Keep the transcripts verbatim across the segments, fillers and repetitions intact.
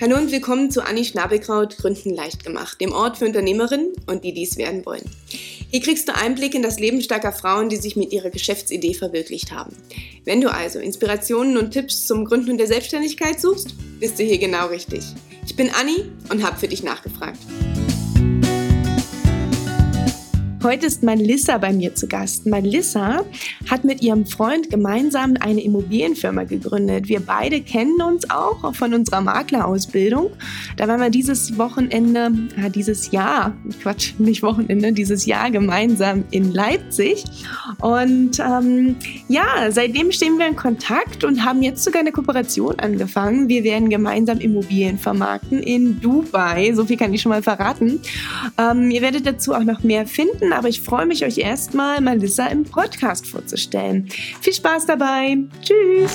Hallo und willkommen zu Anni Schnabelkraut Gründen leicht gemacht, dem Ort für Unternehmerinnen und die dies werden wollen. Hier kriegst du Einblick in das Leben starker Frauen, die sich mit ihrer Geschäftsidee verwirklicht haben. Wenn du also Inspirationen und Tipps zum Gründen der Selbstständigkeit suchst, bist du hier genau richtig. Ich bin Anni und habe für dich nachgefragt. Heute ist Melissa bei mir zu Gast. Melissa hat mit ihrem Freund gemeinsam eine Immobilienfirma gegründet. Wir beide kennen uns auch von unserer Maklerausbildung. Da waren wir dieses Wochenende, äh, dieses Jahr, Quatsch, nicht Wochenende, dieses Jahr gemeinsam in Leipzig. Und ähm, ja, seitdem stehen wir in Kontakt und haben jetzt sogar eine Kooperation angefangen. Wir werden gemeinsam Immobilien vermarkten in Dubai. So viel kann ich schon mal verraten. Ähm, ihr werdet dazu auch noch mehr finden. Aber ich freue mich, euch erstmal Melissa im Podcast vorzustellen. Viel Spaß dabei. Tschüss.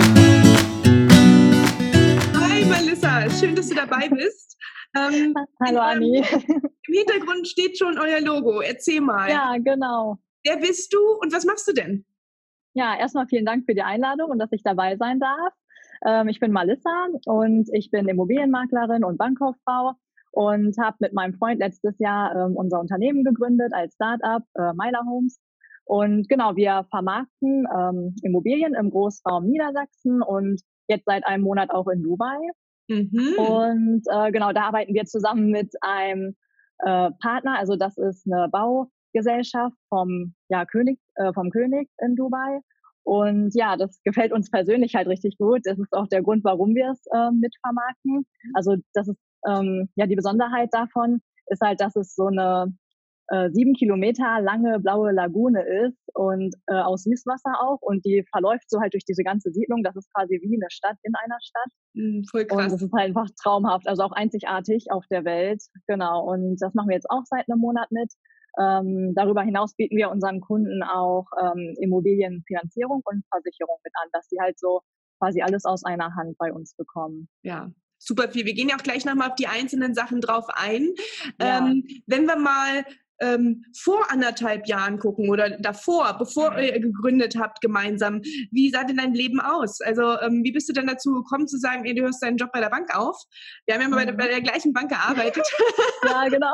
Hi Melissa, schön, dass du dabei bist. Ähm, Hallo Anni. Im Hintergrund steht schon euer Logo. Erzähl mal. Ja, genau. Wer bist du und was machst du denn? Ja, erstmal vielen Dank für die Einladung und dass ich dabei sein darf. Ähm, ich bin Melissa und ich bin Immobilienmaklerin und Bankkauffrau. Und habe mit meinem Freund letztes Jahr ähm, unser Unternehmen gegründet als Start-up, äh, Myla Homes. Und genau, wir vermarkten ähm, Immobilien im Großraum Niedersachsen und jetzt seit einem Monat auch in Dubai. Mhm. Und äh, genau, da arbeiten wir zusammen mit einem äh, Partner, also das ist eine Baugesellschaft vom, ja, König, äh, vom König in Dubai. Und ja, das gefällt uns persönlich halt richtig gut. Das ist auch der Grund, warum wir es äh, mitvermarkten. Also das ist Ähm, ja, die Besonderheit davon ist halt, dass es so eine äh, sieben Kilometer lange blaue Lagune ist und äh, aus Süßwasser auch und die verläuft so halt durch diese ganze Siedlung. Das ist quasi wie eine Stadt in einer Stadt. Mm, voll krass. Und das ist halt einfach traumhaft, also auch einzigartig auf der Welt. Genau. Und das machen wir jetzt auch seit einem Monat mit. Ähm, darüber hinaus bieten wir unseren Kunden auch ähm, Immobilienfinanzierung und Versicherung mit an, dass die halt so quasi alles aus einer Hand bei uns bekommen. Ja. Super viel. Wir gehen ja auch gleich nochmal auf die einzelnen Sachen drauf ein. Ja. Ähm, wenn wir mal ähm, vor anderthalb Jahren gucken oder davor, bevor ihr gegründet habt gemeinsam, wie sah denn dein Leben aus? Also ähm, wie bist du denn dazu gekommen zu sagen, ey, du hörst deinen Job bei der Bank auf? Wir haben ja mal mhm. bei, der, bei der gleichen Bank gearbeitet. Ja, genau.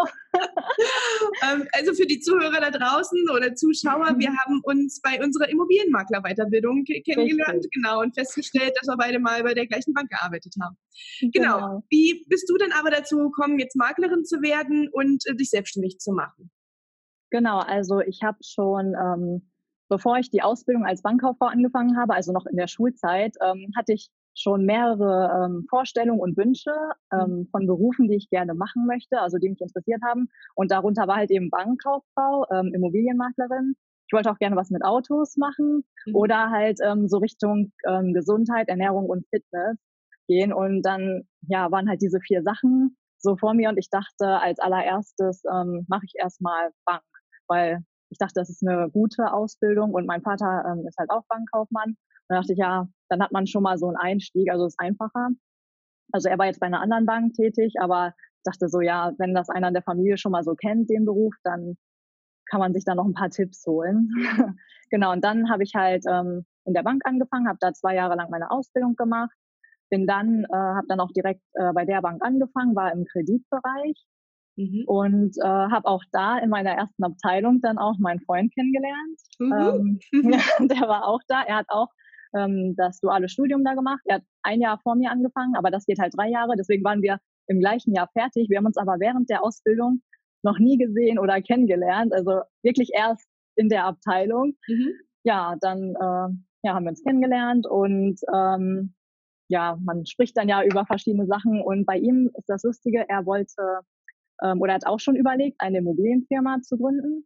ähm, also für die Zuhörer da draußen oder Zuschauer, mhm. wir haben uns bei unserer Immobilienmakler-Weiterbildung kennengelernt, Richtig. genau, und festgestellt, dass wir beide mal bei der gleichen Bank gearbeitet haben. Genau. genau. Wie bist du denn aber dazu gekommen, jetzt Maklerin zu werden und äh, dich selbstständig zu machen? Genau, also ich habe schon, ähm, bevor ich die Ausbildung als Bankkauffrau angefangen habe, also noch in der Schulzeit, ähm, hatte ich schon mehrere ähm, Vorstellungen und Wünsche ähm, von Berufen, die ich gerne machen möchte, also die mich interessiert haben. Und darunter war halt eben Bankkauffrau, ähm, Immobilienmaklerin. Ich wollte auch gerne was mit Autos machen mhm. oder halt ähm, so Richtung ähm, Gesundheit, Ernährung und Fitness gehen. Und dann ja waren halt diese vier Sachen so vor mir und ich dachte, als allererstes ähm, mache ich erstmal Bank, weil ich dachte, das ist eine gute Ausbildung und mein Vater ähm, ist halt auch Bankkaufmann. Und da dachte ich, ja, dann hat man schon mal so einen Einstieg, also ist einfacher. Also er war jetzt bei einer anderen Bank tätig, aber ich dachte so, ja, wenn das einer in der Familie schon mal so kennt, den Beruf, dann kann man sich da noch ein paar Tipps holen. Genau, und dann habe ich halt ähm, in der Bank angefangen, habe da zwei Jahre lang meine Ausbildung gemacht, bin dann, äh, habe dann auch direkt äh, bei der Bank angefangen, war im Kreditbereich. Mhm. Und äh, habe auch da in meiner ersten Abteilung dann auch meinen Freund kennengelernt. Mhm. Ähm, ja, der war auch da. Er hat auch ähm, das duale Studium da gemacht. Er hat ein Jahr vor mir angefangen, aber das geht halt drei Jahre. Deswegen waren wir im gleichen Jahr fertig. Wir haben uns aber während der Ausbildung noch nie gesehen oder kennengelernt. Also wirklich erst in der Abteilung. Mhm. Ja, dann äh, ja, haben wir uns kennengelernt und ähm, ja, man spricht dann ja über verschiedene Sachen. Und bei ihm ist das Lustige, er wollte Ähm, oder hat auch schon überlegt, eine Immobilienfirma zu gründen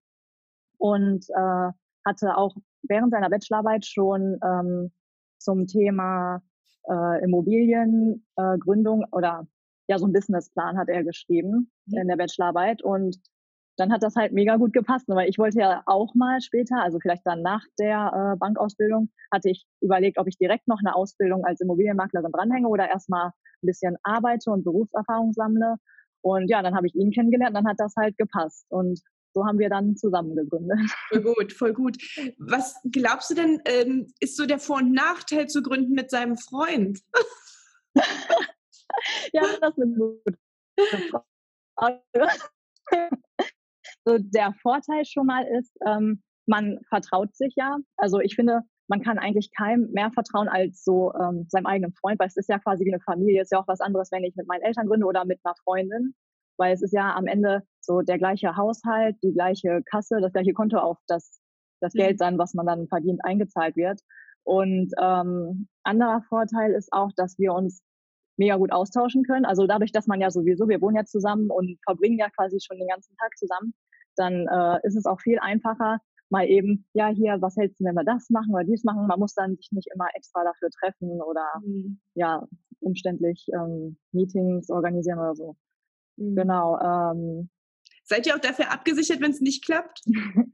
und äh, hatte auch während seiner Bachelorarbeit schon ähm, zum Thema äh, Immobiliengründung äh, oder ja, so einen Businessplan hat er geschrieben mhm. in der Bachelorarbeit und dann hat das halt mega gut gepasst, weil ich wollte ja auch mal später, also vielleicht dann nach der äh, Bankausbildung, hatte ich überlegt, ob ich direkt noch eine Ausbildung als Immobilienmaklerin dranhänge oder erstmal ein bisschen arbeite und Berufserfahrung sammle. Und ja, dann habe ich ihn kennengelernt, dann hat das halt gepasst. Und so haben wir dann zusammen gegründet. Voll gut, voll gut. Was glaubst du denn, ähm, ist so der Vor- und Nachteil zu gründen mit seinem Freund? Ja, das ist eine gute Frage. So, der Vorteil schon mal ist, ähm, man vertraut sich ja. Also ich finde, man kann eigentlich keinem mehr vertrauen als so ähm, seinem eigenen Freund, weil es ist ja quasi wie eine Familie. Ist ja auch was anderes, wenn ich mit meinen Eltern gründe oder mit einer Freundin, weil es ist ja am Ende so der gleiche Haushalt, die gleiche Kasse, das gleiche Konto, auf das das Mhm. Geld dann, was man dann verdient, eingezahlt wird. Und ähm, anderer Vorteil ist auch, dass wir uns mega gut austauschen können. Also dadurch, dass man ja sowieso, wir wohnen ja zusammen und verbringen ja quasi schon den ganzen Tag zusammen, dann äh, ist es auch viel einfacher, mal eben, ja, hier, was hältst du, wenn wir das machen oder dies machen? Man muss dann sich nicht immer extra dafür treffen oder Mhm. ja, umständlich ähm, Meetings organisieren oder so. Mhm. Genau. Ähm, Seid ihr auch dafür abgesichert, wenn es nicht klappt?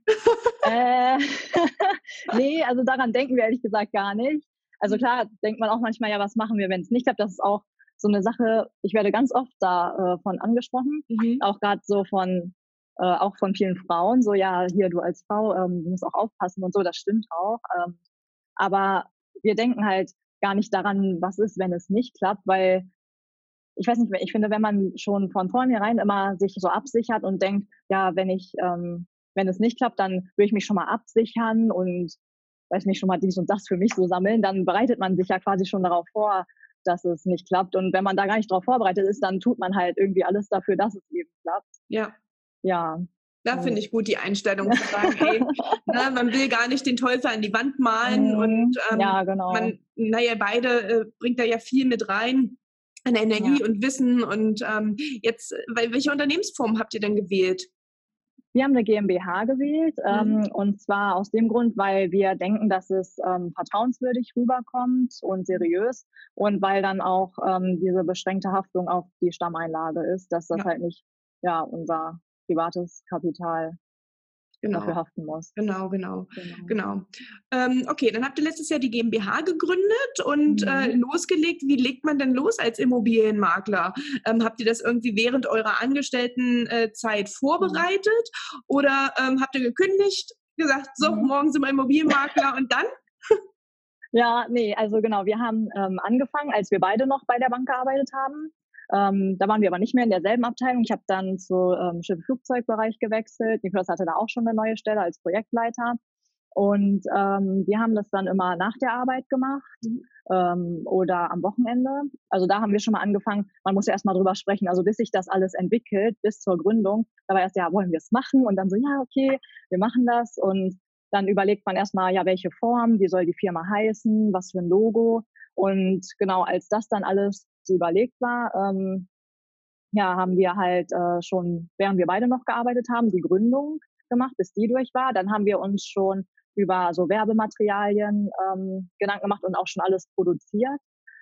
äh, nee, also daran denken wir ehrlich gesagt gar nicht. Also Mhm. klar, denkt man auch manchmal, ja, was machen wir, wenn es nicht klappt? Das ist auch so eine Sache, ich werde ganz oft davon äh, angesprochen, Mhm. auch gerade so von, äh, auch von vielen Frauen, so, ja, hier, du als Frau, ähm, du musst auch aufpassen und so, das stimmt auch. Ähm, aber wir denken halt gar nicht daran, was ist, wenn es nicht klappt, weil ich weiß nicht, ich finde, wenn man schon von vornherein immer sich so absichert und denkt, ja, wenn ich, ähm, wenn es nicht klappt, dann will ich mich schon mal absichern und weiß nicht, schon mal dies und das für mich so sammeln, dann bereitet man sich ja quasi schon darauf vor, dass es nicht klappt. Und wenn man da gar nicht darauf vorbereitet ist, dann tut man halt irgendwie alles dafür, dass es eben klappt. Ja. Ja. Da finde Und ich gut die Einstellung zu sagen, ey, ne, man will gar nicht den Teufel an die Wand malen und mhm. ähm, Ja, genau. man, naja, beide äh, bringt da ja viel mit rein an Ja. Energie und Wissen und ähm, jetzt, weil, welche Unternehmensform habt ihr denn gewählt? Wir haben eine GmbH gewählt, Mhm. ähm, und zwar aus dem Grund, weil wir denken, dass es ähm, vertrauenswürdig rüberkommt und seriös und weil dann auch ähm, diese beschränkte Haftung auf die Stammeinlage ist, dass das Ja, halt nicht, ja, unser privates Kapital dafür genau. haften muss. Genau, genau, Genau. genau. Ähm, okay, dann habt ihr letztes Jahr die GmbH gegründet und äh, Mhm. losgelegt. Wie legt man denn los als Immobilienmakler? Ähm, habt ihr das irgendwie während eurer Angestelltenzeit Mhm. vorbereitet oder ähm, habt ihr gekündigt, gesagt, so, Mhm. morgen sind wir Immobilienmakler und dann? Ja, ne, also genau, wir haben ähm, angefangen, als wir beide noch bei der Bank gearbeitet haben. Ähm, da waren wir aber nicht mehr in derselben Abteilung. Ich habe dann zu ähm, Schiff-Flugzeugbereich gewechselt. Niklas hatte da auch schon eine neue Stelle als Projektleiter. Und ähm, wir haben das dann immer nach der Arbeit gemacht Mhm. ähm, oder am Wochenende. Also da haben wir schon mal angefangen, man muss ja erst mal drüber sprechen. Also bis sich das alles entwickelt, bis zur Gründung, da war erst, ja, wollen wir es machen? Und dann so, ja, okay, wir machen das. Und dann überlegt man erstmal, ja, welche Form, wie soll die Firma heißen, was für ein Logo. Und genau, als das dann alles so überlegt war, ähm, ja, haben wir halt äh, schon, während wir beide noch gearbeitet haben, die Gründung gemacht, bis die durch war. Dann haben wir uns schon über so Werbematerialien ähm, Gedanken gemacht und auch schon alles produziert.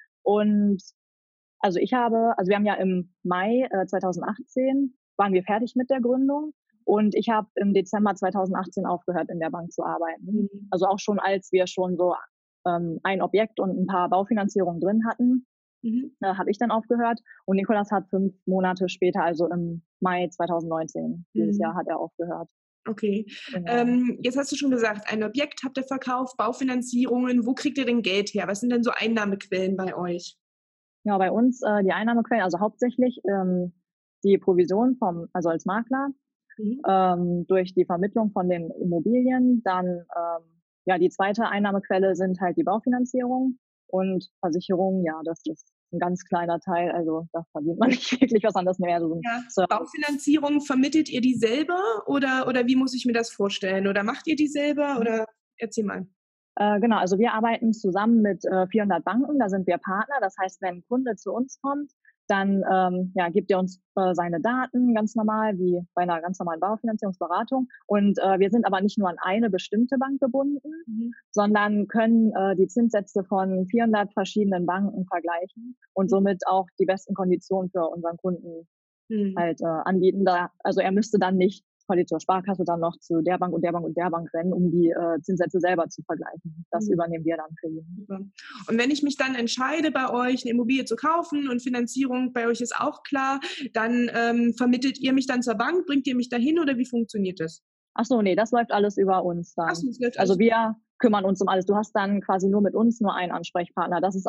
Und also ich habe, also wir haben ja im Mai äh, zweitausendachtzehn waren wir fertig mit der Gründung und ich habe im Dezember zweitausendachtzehn aufgehört, in der Bank zu arbeiten. Mhm. Also auch schon, als wir schon so ähm, ein Objekt und ein paar Baufinanzierungen drin hatten, Mhm. äh, habe ich dann aufgehört und Nikolas hat fünf Monate später, also im Mai zweitausendneunzehn, dieses Jahr Mhm. hat er aufgehört. Okay. Genau. Ähm, jetzt hast du schon gesagt, ein Objekt habt ihr verkauft, Baufinanzierungen. Wo kriegt ihr denn Geld her? Was sind denn so Einnahmequellen bei euch? Ja, bei uns äh, die Einnahmequellen, also hauptsächlich ähm, die Provision vom, also als Makler, Mhm. ähm, durch die Vermittlung von den Immobilien. Dann ähm, ja, die zweite Einnahmequelle sind halt die Baufinanzierung und Versicherung. Ja, das ist ein ganz kleiner Teil. Also da verdient man nicht wirklich was an, das mehr so ein Ja, Service. Baufinanzierung, vermittelt ihr die selber oder, oder wie muss ich mir das vorstellen? Oder macht ihr die selber oder erzähl mal. Äh, genau, also wir arbeiten zusammen mit äh, vierhundert Banken, da sind wir Partner. Das heißt, wenn ein Kunde zu uns kommt, dann ähm, ja, gibt er uns äh, seine Daten ganz normal, wie bei einer ganz normalen Baufinanzierungsberatung. Und äh, wir sind aber nicht nur an eine bestimmte Bank gebunden, Mhm. sondern können äh, die Zinssätze von vierhundert verschiedenen Banken vergleichen und somit auch die besten Konditionen für unseren Kunden Mhm. halt äh, anbieten. Da, also er müsste dann nicht quasi zur Sparkasse dann noch zu der Bank und der Bank und der Bank rennen, um die äh, Zinssätze selber zu vergleichen. Das Mhm. übernehmen wir dann für ihn. Super. Und wenn ich mich dann entscheide, bei euch eine Immobilie zu kaufen und Finanzierung bei euch ist auch klar, dann ähm, vermittelt ihr mich dann zur Bank, bringt ihr mich dahin oder wie funktioniert das? Ach so, nee, das läuft alles über uns Achso, dann. das läuft alles. Also wir kümmern uns um alles. Du hast dann quasi nur mit uns nur einen Ansprechpartner. Das ist auch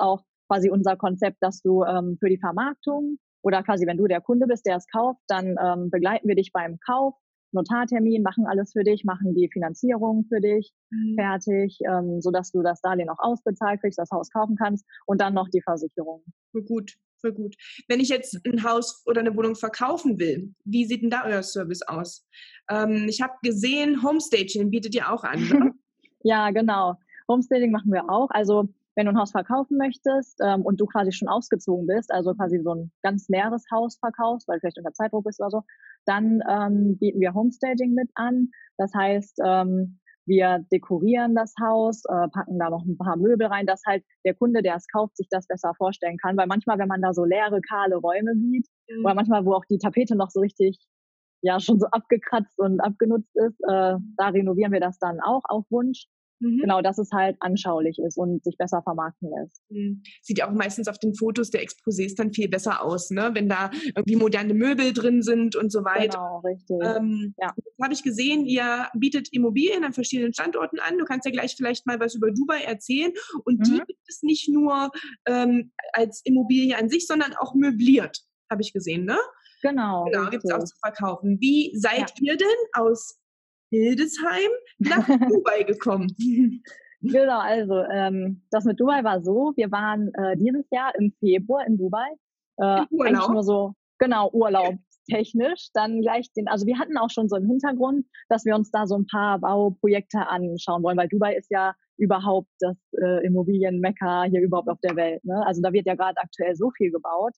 quasi unser Konzept, dass du ähm, für die Vermarktung oder quasi, wenn du der Kunde bist, der es kauft, dann ähm, begleiten wir dich beim Kauf, Notartermin, machen alles für dich, machen die Finanzierung für dich mhm. fertig, ähm, sodass du das Darlehen auch ausbezahlt kriegst, das Haus kaufen kannst und dann noch die Versicherung. Voll gut, voll gut. Wenn ich jetzt ein Haus oder eine Wohnung verkaufen will, wie sieht denn da euer Service aus? Ähm, ich habe gesehen, Homestaging bietet ihr auch an, ne? Ja, genau. Homestaging machen wir auch. Also wenn du ein Haus verkaufen möchtest ähm, und du quasi schon ausgezogen bist, also quasi so ein ganz leeres Haus verkaufst, weil du vielleicht unter Zeitdruck bist oder so, dann ähm, bieten wir Homestaging mit an. Das heißt, ähm, wir dekorieren das Haus, äh, packen da noch ein paar Möbel rein, dass halt der Kunde, der es kauft, sich das besser vorstellen kann. Weil manchmal, wenn man da so leere, kahle Räume sieht, mhm. oder manchmal, wo auch die Tapete noch so richtig, ja, schon so abgekratzt und abgenutzt ist, äh, da renovieren wir das dann auch auf Wunsch. Mhm. Genau, dass es halt anschaulich ist und sich besser vermarkten lässt. Mhm. Sieht ja auch meistens auf den Fotos der Exposés dann viel besser aus, ne? Wenn da irgendwie moderne Möbel drin sind und so weiter. Genau, richtig. Ähm, ja. Jetzt habe ich gesehen, ihr bietet Immobilien an verschiedenen Standorten an. Du kannst ja gleich vielleicht mal was über Dubai erzählen. Und mhm. die gibt es nicht nur ähm, als Immobilie an sich, sondern auch möbliert, habe ich gesehen, ne? Genau. Genau, gibt es auch zu verkaufen. Wie seid ja. ihr denn aus Hildesheim nach Dubai gekommen? Genau, also ähm, das mit Dubai war so, wir waren äh, dieses Jahr im Februar in Dubai. Äh, Im Urlaub? Eigentlich nur so, genau, urlaubstechnisch. Dann gleich den, also wir hatten auch schon so im Hintergrund, dass wir uns da so ein paar Bauprojekte anschauen wollen, weil Dubai ist ja überhaupt das äh, Immobilienmekka hier überhaupt auf der Welt. Ne? Also da wird ja gerade aktuell so viel gebaut.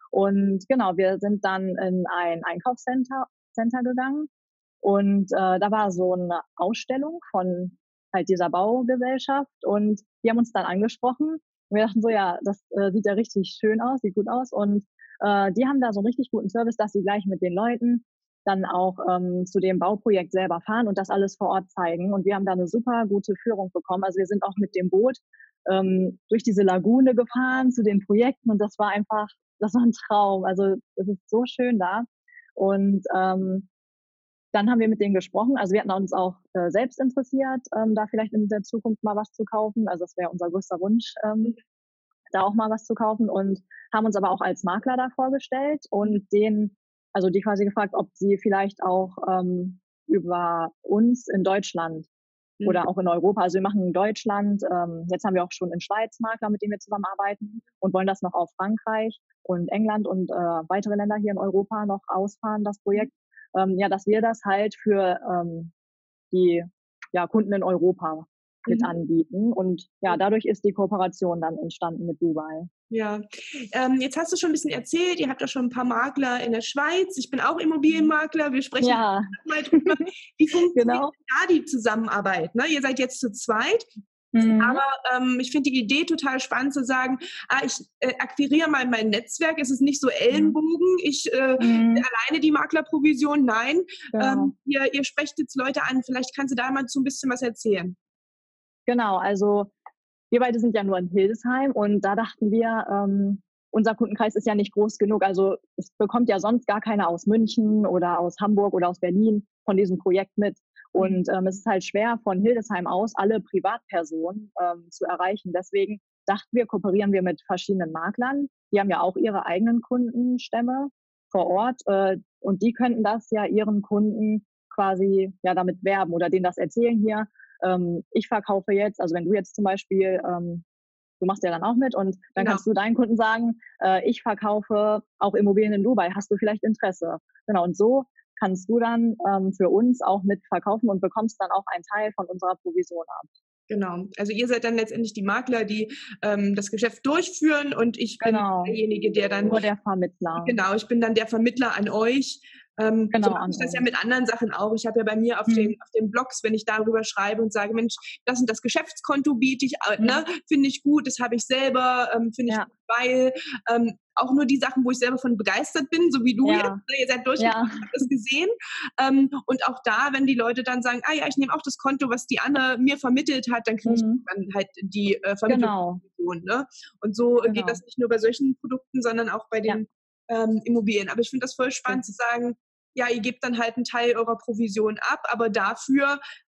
Und genau, wir sind dann in ein Einkaufscenter Center gegangen. Und äh, da war so eine Ausstellung von halt dieser Baugesellschaft und die haben uns dann angesprochen und wir dachten so, ja, das äh, sieht ja richtig schön aus, sieht gut aus und äh, die haben da so einen richtig guten Service, dass sie gleich mit den Leuten dann auch ähm, zu dem Bauprojekt selber fahren und das alles vor Ort zeigen und wir haben da eine super gute Führung bekommen. Also wir sind auch mit dem Boot ähm, durch diese Lagune gefahren zu den Projekten und das war einfach, das war ein Traum. Also es ist so schön da und ähm, dann haben wir mit denen gesprochen. Also wir hatten uns auch äh, selbst interessiert, ähm, da vielleicht in der Zukunft mal was zu kaufen. Also das wäre unser größter Wunsch, ähm, da auch mal was zu kaufen und haben uns aber auch als Makler da vorgestellt und denen, also die quasi gefragt, ob sie vielleicht auch ähm, über uns in Deutschland mhm. oder auch in Europa, also wir machen in Deutschland, ähm, jetzt haben wir auch schon in Schweiz Makler, mit denen wir zusammenarbeiten und wollen das noch auf Frankreich und England und äh, weitere Länder hier in Europa noch ausfahren, das Projekt. Ähm, ja, dass wir das halt für ähm, die ja, Kunden in Europa mit mhm. anbieten. Und ja, dadurch ist die Kooperation dann entstanden mit Dubai. Ja, ähm, jetzt hast du schon ein bisschen erzählt, ihr habt ja schon ein paar Makler in der Schweiz. Ich bin auch Immobilienmakler, wir sprechen ja. mal drüber. Wie funktioniert genau. da die Zusammenarbeit? Ne? Ihr seid jetzt zu zweit. Mhm. Aber ähm, ich finde die Idee total spannend zu sagen, ah, ich äh, akquiriere mal mein Netzwerk, es ist nicht so Ellenbogen, ich äh, mhm. alleine die Maklerprovision, nein, ja. ähm, ihr, ihr sprecht jetzt Leute an, vielleicht kannst du da mal so ein bisschen was erzählen. Genau, also wir beide sind ja nur in Hildesheim und da dachten wir, ähm, unser Kundenkreis ist ja nicht groß genug, also es bekommt ja sonst gar keiner aus München oder aus Hamburg oder aus Berlin von diesem Projekt mit. Und ähm, es ist halt schwer, von Hildesheim aus alle Privatpersonen ähm, zu erreichen. Deswegen dachten wir, kooperieren wir mit verschiedenen Maklern. Die haben ja auch ihre eigenen Kundenstämme vor Ort. Äh, und die könnten das ja ihren Kunden quasi ja damit werben oder denen das erzählen hier. Ähm, ich verkaufe jetzt, also wenn du jetzt zum Beispiel, ähm, du machst ja dann auch mit und dann genau. kannst du deinen Kunden sagen, äh, ich verkaufe auch Immobilien in Dubai. Hast du vielleicht Interesse? Genau, und so kannst du dann ähm, für uns auch mit verkaufen und bekommst dann auch einen Teil von unserer Provision ab. Genau, also ihr seid dann letztendlich die Makler, die ähm, das Geschäft durchführen und ich bin genau. derjenige, der dann... Nur der Vermittler. Genau, ich bin dann der Vermittler an euch. Ähm, genau, so mache ich das ja mit anderen Sachen auch. Ich habe ja bei mir auf, mhm. den, auf den Blogs, wenn ich darüber schreibe und sage, Mensch, das und das Geschäftskonto biete ich, mhm. ne, finde ich gut, das habe ich selber, ähm, finde ich ja. gut, weil ähm, auch nur die Sachen, wo ich selber von begeistert bin, so wie du ja. jetzt, ihr seid durchgekommen, ja. habt das gesehen. Ähm, und auch da, wenn die Leute dann sagen, ah ja, ich nehme auch das Konto, was die Anne mir vermittelt hat, dann kriege mhm. ich dann halt die äh, Vermittlung. Genau. Ne? Und so genau. geht das nicht nur bei solchen Produkten, sondern auch bei den ja. ähm, Immobilien. Aber ich finde das voll spannend ja. zu sagen, ja, ihr gebt dann halt einen Teil eurer Provision ab, aber dafür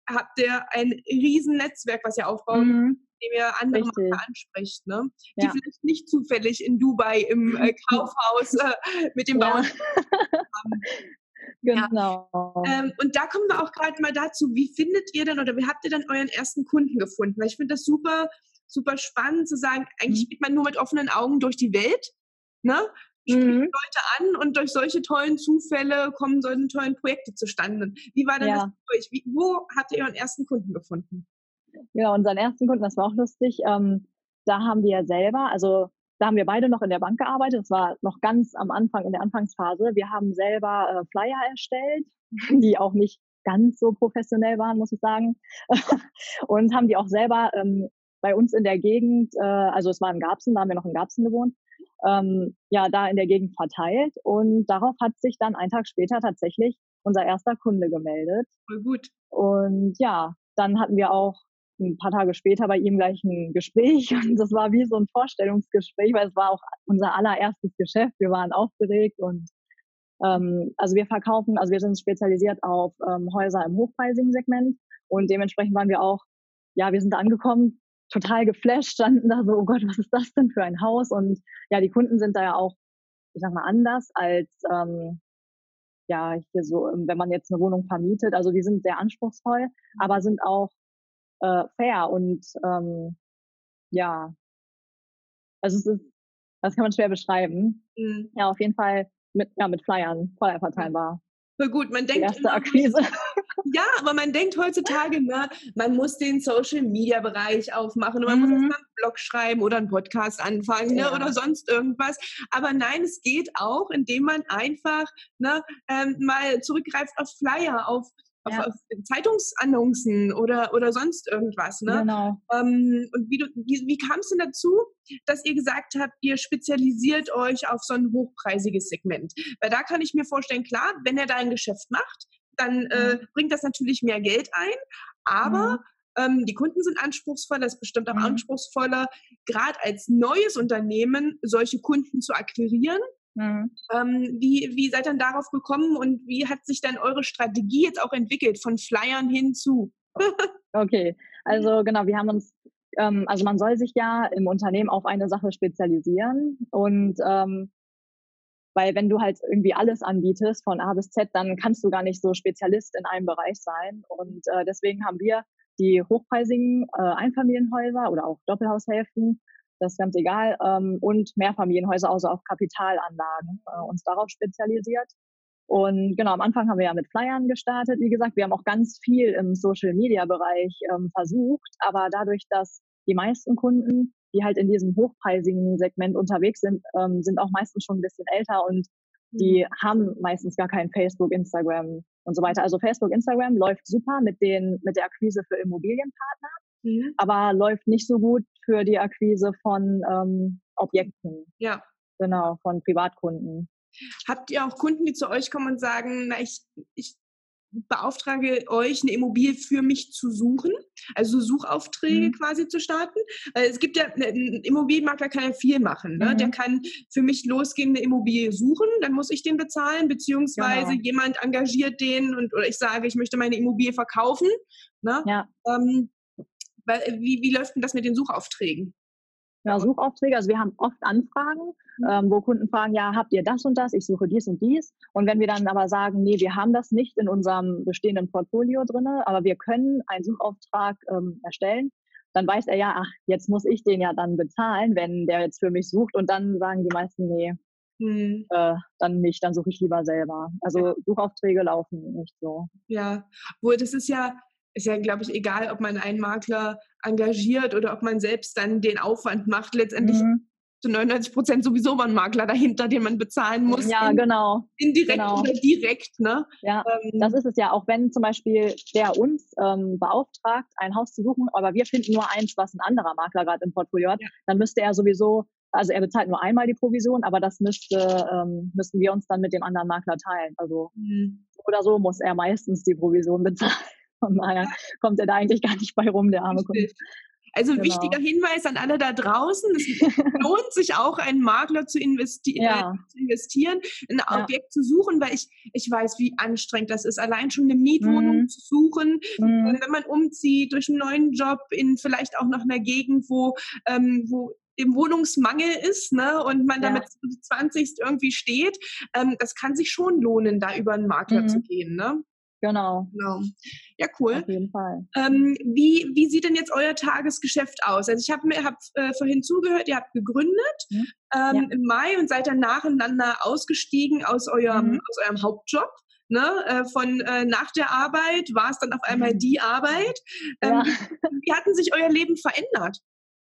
habt ihr ein riesen Netzwerk, was ihr aufbauen, Mhm. indem ihr andere Richtig. Makler anspricht, ne? Die Ja. vielleicht nicht zufällig in Dubai im äh, Kaufhaus äh, mit dem Ja. Bauern haben. Ja. Genau. Ähm, und da kommen wir auch gerade mal dazu, wie findet ihr denn oder wie habt ihr dann euren ersten Kunden gefunden? Weil ich finde das super, super spannend zu sagen, eigentlich Mhm. geht man nur mit offenen Augen durch die Welt, ne? Spricht Mhm. Leute an und durch solche tollen Zufälle kommen solche tollen Projekte zustande. Wie war denn das Ja. für euch? Wie, wo habt ihr euren ersten Kunden gefunden? Ja, unseren ersten Kunden, das war auch lustig. Ähm, da haben wir selber, also da haben wir beide noch in der Bank gearbeitet. Das war noch ganz am Anfang, in der Anfangsphase. Wir haben selber äh, Flyer erstellt, die auch nicht ganz so professionell waren, muss ich sagen. Und haben die auch selber ähm, bei uns in der Gegend, äh, also es war in Garbsen, da haben wir noch in Garbsen gewohnt, ähm, ja, da in der Gegend verteilt. Und darauf hat sich dann einen Tag später tatsächlich unser erster Kunde gemeldet. Voll gut. Und ja, dann hatten wir auch ein paar Tage später bei ihm gleich ein Gespräch und das war wie so ein Vorstellungsgespräch, weil es war auch unser allererstes Geschäft. Wir waren aufgeregt und ähm, also wir verkaufen, also wir sind spezialisiert auf ähm, Häuser im hochpreisigen Segment und dementsprechend waren wir auch, ja, wir sind da angekommen, total geflasht, standen da so, oh Gott, was ist das denn für ein Haus? Und ja, die Kunden sind da ja auch, ich sag mal, anders als ähm, ja, hier so, ähm, wenn man jetzt eine Wohnung vermietet. Also die sind sehr anspruchsvoll, aber sind auch äh, fair und ähm, ja, also es ist, das kann man schwer beschreiben. Mhm. Ja, auf jeden Fall mit, ja, mit Flyern, Flyer verteilen war Voll gut. Man die denkt erste immer, Akquise. ja, aber man denkt heutzutage, ne, man muss den Social-Media-Bereich aufmachen und man muss Mhm. erstmal einen Blog schreiben oder einen Podcast anfangen, ne, oder Ja. sonst irgendwas. Aber nein, es geht auch, indem man einfach, ne, ähm, mal zurückgreift auf Flyer, auf, auf, Ja, auf Zeitungsannoncen oder, oder sonst irgendwas, ne? genau. Ähm, und wie, du, wie, wie kam es denn dazu, dass ihr gesagt habt, ihr spezialisiert euch auf so ein hochpreisiges Segment? Weil da kann ich mir vorstellen, klar, wenn er da ein Geschäft macht, dann äh, Mhm. bringt das natürlich mehr Geld ein, aber Mhm. ähm, die Kunden sind anspruchsvoller, das ist bestimmt auch Mhm. anspruchsvoller, gerade als neues Unternehmen solche Kunden zu akquirieren. Mhm. Ähm, wie, wie seid ihr dann darauf gekommen und wie hat sich dann eure Strategie jetzt auch entwickelt, von Flyern hinzu? Okay, also genau, wir haben uns, ähm, also man soll sich ja im Unternehmen auf eine Sache spezialisieren und ähm, weil wenn du halt irgendwie alles anbietest von A bis Z, dann kannst du gar nicht so Spezialist in einem Bereich sein. Und äh, deswegen haben wir die hochpreisigen äh, Einfamilienhäuser oder auch Doppelhaushälften, das ist ganz egal, ähm, und Mehrfamilienhäuser, also auf Kapitalanlagen, äh, uns darauf spezialisiert. Und genau, am Anfang haben wir ja mit Flyern gestartet. Wie gesagt, wir haben auch ganz viel im Social-Media-Bereich ähm, versucht, aber dadurch, dass die meisten Kunden, die halt in diesem hochpreisigen Segment unterwegs sind, ähm, sind auch meistens schon ein bisschen älter und die haben meistens gar kein Facebook, Instagram und so weiter. Also Facebook, Instagram läuft super mit den, mit der Akquise für Immobilienpartner, Mhm. aber läuft nicht so gut für die Akquise von ähm, Objekten, Ja. genau, von Privatkunden. Habt ihr auch Kunden, die zu euch kommen und sagen, na, ich, ich beauftrage euch, eine Immobilie für mich zu suchen, also Suchaufträge Mhm. quasi zu starten? Weil es gibt ja, ein Immobilienmakler kann ja viel machen, ne? Der Mhm. kann für mich losgehende Immobilie suchen, dann muss ich den bezahlen, beziehungsweise Genau. jemand engagiert den und oder ich sage, ich möchte meine Immobilie verkaufen, ne? Ja. Ähm, wie, wie läuft denn das mit den Suchaufträgen? Ja, Suchaufträge, also wir haben oft Anfragen, Mhm. ähm, wo Kunden fragen, ja, habt ihr das und das? Ich suche dies und dies. Und wenn wir dann aber sagen, nee, wir haben das nicht in unserem bestehenden Portfolio drinne, aber wir können einen Suchauftrag ähm, erstellen, dann weiß er ja, ach, jetzt muss ich den ja dann bezahlen, wenn der jetzt für mich sucht. Und dann sagen die meisten, nee, Mhm. äh, dann nicht, dann suche ich lieber selber. Also Ja. Suchaufträge laufen nicht so. Ja, wohl das ist ja ist ja, glaube ich, egal, ob man einen Makler engagiert oder ob man selbst dann den Aufwand macht. Letztendlich Mhm. zu neunundneunzig Prozent sowieso mal ein Makler dahinter, den man bezahlen muss, Ja, in, genau. indirekt Genau. oder direkt, ne? Ja, das Ähm, ist es ja, auch wenn zum Beispiel der uns ähm, beauftragt, ein Haus zu suchen, aber wir finden nur eins, was ein anderer Makler gerade im Portfolio hat, ja. dann müsste er sowieso, also er bezahlt nur einmal die Provision, aber das müsste, ähm, müssten wir uns dann mit dem anderen Makler teilen. Also Mhm. so oder so muss er meistens die Provision bezahlen. Von daher kommt er da eigentlich gar nicht bei rum, der arme Kunde. Richtig. Also ein wichtiger Genau. Hinweis an alle da draußen, es lohnt sich auch, einen Makler zu, investi äh, Ja, zu investieren, ein ja. Objekt zu suchen, weil ich, ich weiß, wie anstrengend das ist, allein schon eine Mietwohnung Mhm. zu suchen, äh, Mhm. wenn man umzieht durch einen neuen Job in vielleicht auch noch einer Gegend, wo, ähm, wo im Wohnungsmangel ist, ne, und man Ja. damit zwanzig irgendwie steht, ähm, das kann sich schon lohnen, da über einen Makler zu Mhm. gehen, ne? Genau. Genau. Ja, cool. Auf jeden Fall. Ähm, wie, wie sieht denn jetzt euer Tagesgeschäft aus? Also ich habe mir hab, äh, vorhin zugehört, ihr habt gegründet Mhm. Ja. ähm, im Mai und seid dann nacheinander ausgestiegen aus eurem, Mhm. aus eurem Hauptjob. Ne? Äh, von äh, nach der Arbeit war es dann auf einmal die Arbeit. Ähm, Ja. wie, wie hatten sich euer Leben verändert?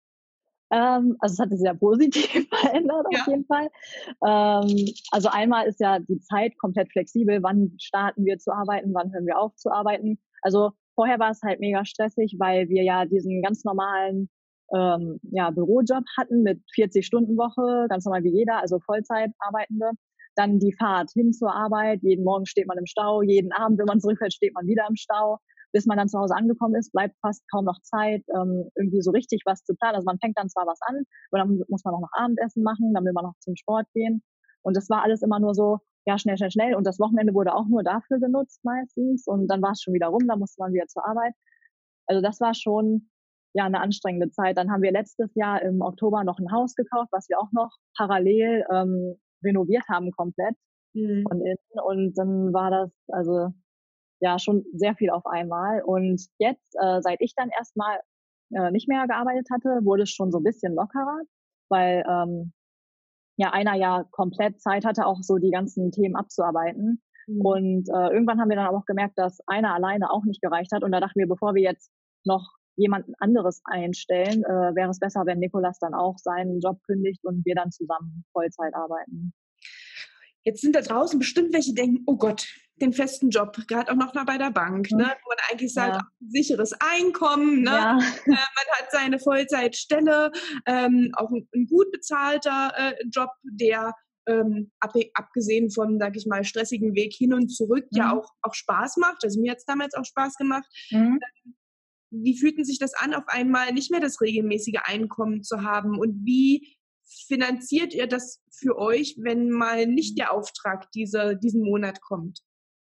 Ähm, also es hat sich sehr positiv verändert auf Ja. jeden Fall. Ähm, also einmal ist ja die Zeit komplett flexibel. Wann starten wir zu arbeiten? Wann hören wir auf zu arbeiten? Also vorher war es halt mega stressig, weil wir ja diesen ganz normalen ähm, ja, Bürojob hatten mit vierzig-Stunden-Woche, ganz normal wie jeder, also Vollzeit Arbeitende. Dann die Fahrt hin zur Arbeit. Jeden Morgen steht man im Stau. Jeden Abend, wenn man zurückfährt, steht man wieder im Stau. Bis man dann zu Hause angekommen ist, bleibt fast kaum noch Zeit, ähm, irgendwie so richtig was zu planen. Also man fängt dann zwar was an, aber dann muss man auch noch Abendessen machen, dann will man noch zum Sport gehen. Und das war alles immer nur so, ja, schnell, schnell, schnell. Und das Wochenende wurde auch nur dafür genutzt meistens. Und dann war es schon wieder rum, dann musste man wieder zur Arbeit. Also das war schon, ja, eine anstrengende Zeit. Dann haben wir letztes Jahr im Oktober noch ein Haus gekauft, was wir auch noch parallel ähm, renoviert haben komplett Mhm. von innen. Und dann war das, also ja, schon sehr viel auf einmal. Und jetzt, äh, seit ich dann erstmal äh, nicht mehr gearbeitet hatte, wurde es schon so ein bisschen lockerer, weil ähm, ja einer ja komplett Zeit hatte, auch so die ganzen Themen abzuarbeiten. Mhm. Und äh, irgendwann haben wir dann aber auch gemerkt, dass einer alleine auch nicht gereicht hat. Und da dachten wir, bevor wir jetzt noch jemanden anderes einstellen, äh, wäre es besser, wenn Nikolas dann auch seinen Job kündigt und wir dann zusammen Vollzeit arbeiten. Jetzt sind da draußen bestimmt welche, die denken, oh Gott, den festen Job, gerade auch noch mal bei der Bank, ne, Hm? wo man eigentlich sagt, Ja, auch ein sicheres Einkommen, ne? ja, Äh, man hat seine Vollzeitstelle, ähm, auch ein, ein gut bezahlter äh, Job, der ähm, ab, abgesehen von, sag ich mal, stressigen Weg hin und zurück ja hm? auch, auch Spaß macht. Also mir hat es damals auch Spaß gemacht. Hm? Wie fühlten sich das an, auf einmal nicht mehr das regelmäßige Einkommen zu haben? Und wie finanziert ihr das für euch, wenn mal nicht der Auftrag diese, diesen Monat kommt?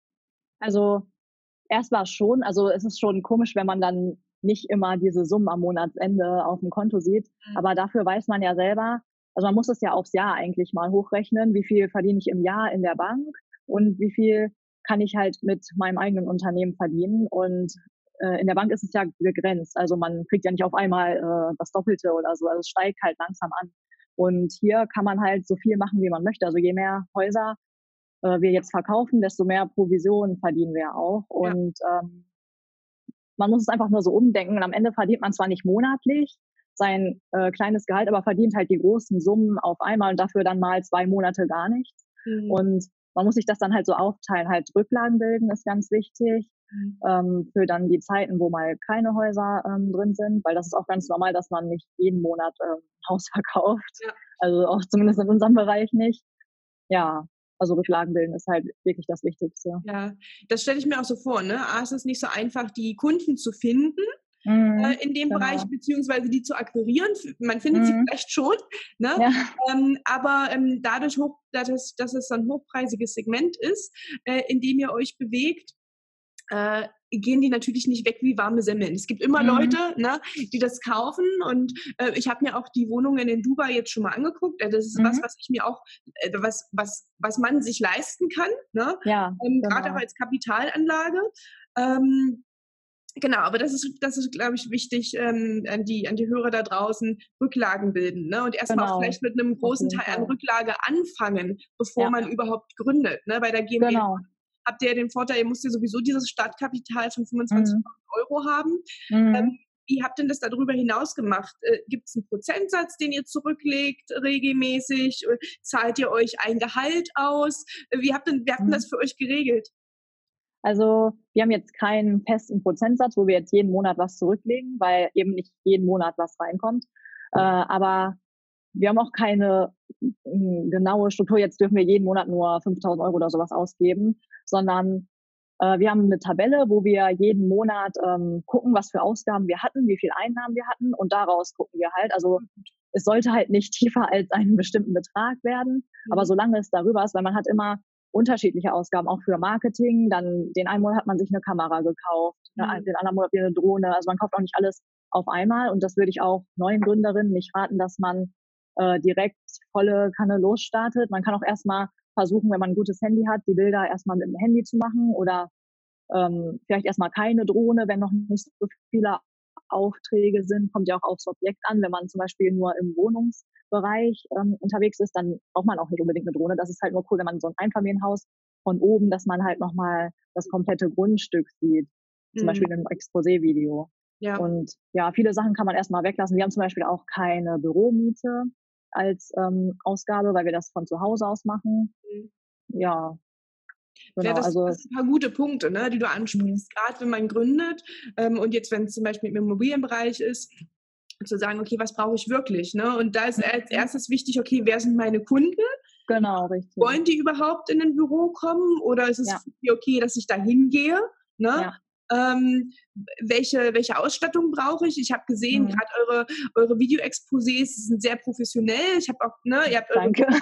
Also erst war es schon, also es ist schon komisch, wenn man dann nicht immer diese Summen am Monatsende auf dem Konto sieht. Mhm. Aber dafür weiß man ja selber, also man muss es ja aufs Jahr eigentlich mal hochrechnen, wie viel verdiene ich im Jahr in der Bank und wie viel kann ich halt mit meinem eigenen Unternehmen verdienen. Und äh, in der Bank ist es ja begrenzt. Also man kriegt ja nicht auf einmal äh, das Doppelte oder so. Also es steigt halt langsam an. Und hier kann man halt so viel machen, wie man möchte. Also je mehr Häuser äh, wir jetzt verkaufen, desto mehr Provisionen verdienen wir auch. Ja. Und ähm, man muss es einfach nur so umdenken. Und am Ende verdient man zwar nicht monatlich sein äh, kleines Gehalt, aber verdient halt die großen Summen auf einmal und dafür dann mal zwei Monate gar nichts. Mhm. Und man muss sich das dann halt so aufteilen. Halt Rücklagen bilden ist ganz wichtig Mhm. ähm, für dann die Zeiten, wo mal keine Häuser ähm, drin sind, weil das ist auch ganz normal, dass man nicht jeden Monat ähm, ein Haus verkauft. Ja. Also auch zumindest in unserem Bereich nicht. Ja, also Rücklagen bilden ist halt wirklich das Wichtigste. Ja, das stelle ich mir auch so vor, ne? A, es ist nicht so einfach, die Kunden zu finden äh, Mhm, in dem Bereich, genau. beziehungsweise die zu akquirieren. F- Man findet sie Mhm, vielleicht schon, ne? ja, Ähm, aber ähm, dadurch, hoch, dadurch, dass es so ein hochpreisiges Segment ist, äh, in dem ihr euch bewegt, äh, gehen die natürlich nicht weg wie warme Semmeln. Es gibt immer Leute, mhm, ne, die das kaufen und äh, ich habe mir auch die Wohnungen in Dubai jetzt schon mal angeguckt. Äh, das ist was, mhm, was ich mir auch, äh, was, was, was man sich leisten kann, ne? ja, Ähm, gerade auch genau. als Kapitalanlage. Ähm, Genau, aber das ist, das ist, glaube ich, wichtig ähm, an die, an die Hörer da draußen, Rücklagen bilden, ne? Und erstmal auch Genau, vielleicht mit einem auf großen jeden Teil an Fall. Rücklage anfangen, bevor Ja, man überhaupt gründet, ne? Bei der GmbH genau. habt ihr ja den Vorteil, ihr müsst ja sowieso dieses Startkapital von Mhm, fünfundzwanzigtausend Euro haben. mhm. Ähm, wie habt ihr das darüber hinaus gemacht? Äh, Gibt es einen Prozentsatz, den ihr zurücklegt regelmäßig? Äh, Zahlt ihr euch ein Gehalt aus? Äh, Wie habt ihr, wie habt ihr Mhm. das für euch geregelt? Also wir haben jetzt keinen festen Prozentsatz, wo wir jetzt jeden Monat was zurücklegen, weil eben nicht jeden Monat was reinkommt. Äh, aber wir haben auch keine mm, genaue Struktur. Jetzt dürfen wir jeden Monat nur fünftausend Euro oder sowas ausgeben, sondern Äh, wir haben eine Tabelle, wo wir jeden Monat ähm, gucken, was für Ausgaben wir hatten, wie viel Einnahmen wir hatten und daraus gucken wir halt. Also es sollte halt nicht tiefer als einen bestimmten Betrag werden, mhm. aber solange es darüber ist, weil man hat immer unterschiedliche Ausgaben, auch für Marketing. Dann den einen Monat hat man sich eine Kamera gekauft, mhm. den anderen Monat wieder eine Drohne. Also man kauft auch nicht alles auf einmal und das würde ich auch neuen Gründerinnen nicht raten, dass man äh, direkt volle Kanne losstartet. Man kann auch erstmal versuchen, wenn man ein gutes Handy hat, die Bilder erstmal mit dem Handy zu machen oder ähm, vielleicht erstmal keine Drohne, wenn noch nicht so viele Aufträge sind, kommt ja auch aufs Objekt an. Wenn man zum Beispiel nur im Wohnungsbereich ähm, unterwegs ist, dann braucht man auch nicht unbedingt eine Drohne. Das ist halt nur cool, wenn man so ein Einfamilienhaus von oben, dass man halt nochmal das komplette Grundstück sieht. Zum mhm. Beispiel in einem Exposé-Video. Ja. Und ja, viele Sachen kann man erstmal weglassen. Wir haben zum Beispiel auch keine Büromiete als ähm, Ausgabe, weil wir das von zu Hause aus machen. Mhm. Ja. Genau, ja, das, also, das sind ein paar gute Punkte, ne, die du ansprichst, gerade wenn man gründet ähm, und jetzt, wenn es zum Beispiel im Immobilienbereich ist, zu sagen, okay, was brauche ich wirklich? Ne? Und da ist als erstes wichtig, okay, wer sind meine Kunden? Genau, richtig. Wollen die überhaupt in ein Büro kommen oder ist es ja. okay, dass ich da hingehe? Ne? Ja. Ähm, welche, welche Ausstattung brauche ich? Ich habe gesehen, mhm. gerade eure, eure Video-Exposés sind sehr professionell. Ich habe auch, ne, ihr habt eure Danke.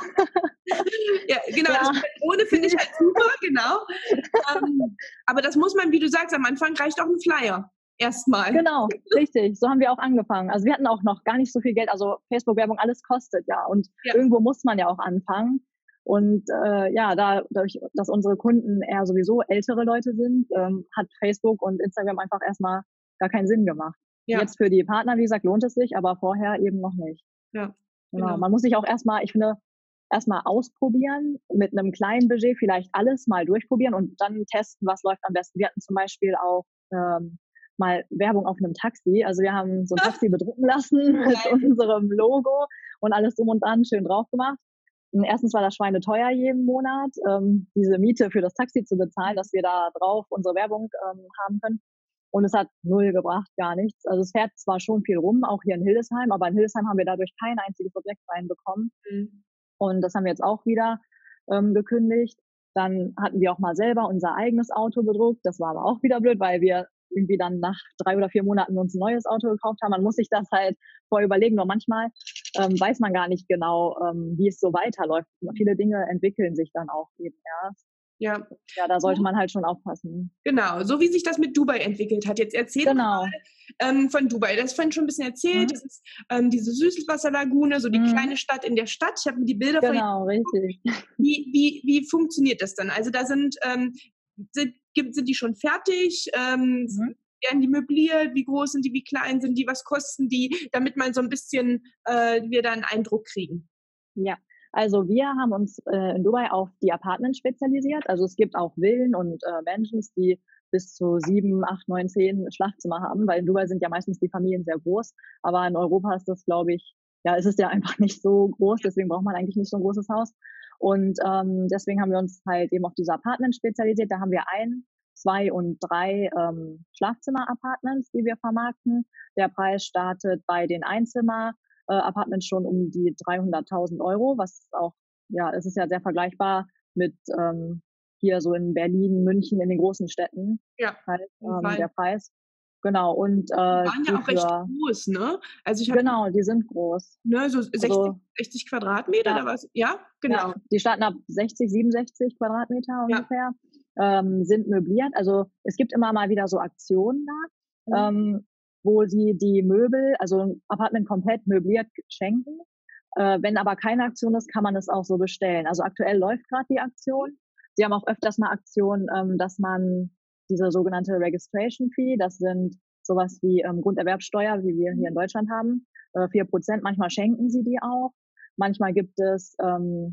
ja, genau, ja. Das ohne finde ich halt super, genau. ähm, aber das muss man, wie du sagst, am Anfang reicht auch ein Flyer. Erstmal. Genau, richtig. So haben wir auch angefangen. Also wir hatten auch noch gar nicht so viel Geld. Also Facebook-Werbung, alles kostet ja. Und ja. irgendwo muss man ja auch anfangen. Und äh, ja, da, dadurch, dass unsere Kunden eher sowieso ältere Leute sind, ähm, hat Facebook und Instagram einfach erstmal gar keinen Sinn gemacht. Ja. Jetzt für die Partner, wie gesagt, lohnt es sich, aber vorher eben noch nicht. Ja, genau. genau. Man muss sich auch erstmal, ich finde, erstmal ausprobieren, mit einem kleinen Budget vielleicht alles mal durchprobieren und dann testen, was läuft am besten. Wir hatten zum Beispiel auch ähm, mal Werbung auf einem Taxi. Also wir haben so ein Taxi bedrucken lassen mit unserem Logo und alles drum und dran schön drauf gemacht. Und erstens war das schweineteuer jeden Monat, ähm, diese Miete für das Taxi zu bezahlen, dass wir da drauf unsere Werbung ähm, haben können. Und es hat null gebracht, gar nichts. Also es fährt zwar schon viel rum, auch hier in Hildesheim, aber in Hildesheim haben wir dadurch kein einziges Objekt reinbekommen. Mhm. Und das haben wir jetzt auch wieder ähm, gekündigt. Dann hatten wir auch mal selber unser eigenes Auto bedruckt. Das war aber auch wieder blöd, weil wir irgendwie dann nach drei oder vier Monaten uns ein neues Auto gekauft haben. Man muss sich das halt vorher überlegen. Nur manchmal ähm, weiß man gar nicht genau, ähm, wie es so weiterläuft. Und viele Dinge entwickeln sich dann auch eben erst. Ja. Ja, da sollte man halt schon aufpassen. Genau, so wie sich das mit Dubai entwickelt hat. Jetzt erzähl genau. mal ähm, von Dubai. Das hast du vorhin schon ein bisschen erzählt. Mhm. Das ist ähm, diese Süßwasserlagune, so die mhm. kleine Stadt in der Stadt. Ich habe mir die Bilder von Genau, richtig. Wie, wie, wie funktioniert das dann? Also da sind, ähm, sind, sind die schon fertig? Ähm, mhm. Werden die möbliert? Wie groß sind die? Wie klein sind die? Was kosten die? Damit man so ein bisschen, äh, wir da einen Eindruck kriegen. Ja. Also wir haben uns äh, in Dubai auf die Apartments spezialisiert. Also es gibt auch Villen und äh, Mansions, die bis zu sieben, acht, neun, zehn Schlafzimmer haben, weil in Dubai sind ja meistens die Familien sehr groß. Aber in Europa ist das, glaube ich, ja, es ist ja einfach nicht so groß, deswegen braucht man eigentlich nicht so ein großes Haus. Und ähm, deswegen haben wir uns halt eben auf diese Apartments spezialisiert. Da haben wir ein, zwei und drei ähm, Schlafzimmer-Apartments, die wir vermarkten. Der Preis startet bei den Einzimmer Äh, Apartments schon um die dreihunderttausend Euro, was auch, ja, es ist ja sehr vergleichbar mit ähm, hier so in Berlin, München, in den großen Städten. Ja, halt, ähm, der Preis. Genau, und äh, die waren ja auch recht groß, ne? Also ich hab, genau, die sind groß. Ne, so sechzig, also, sechzig Quadratmeter ja, oder was? Ja, genau. Ja, die starten ab sechzig, siebenundsechzig Quadratmeter ungefähr, ja. ähm, sind möbliert. Also es gibt immer mal wieder so Aktionen da. Mhm. Ähm, wo sie die Möbel, also ein Apartment komplett möbliert schenken. Äh, wenn aber keine Aktion ist, kann man es auch so bestellen. Also aktuell läuft gerade die Aktion. Sie haben auch öfters mal Aktionen, ähm, dass man diese sogenannte Registration Fee, das sind sowas wie ähm, Grunderwerbsteuer, wie wir hier in Deutschland haben, äh, vier Prozent, manchmal schenken sie die auch. Manchmal gibt es ähm,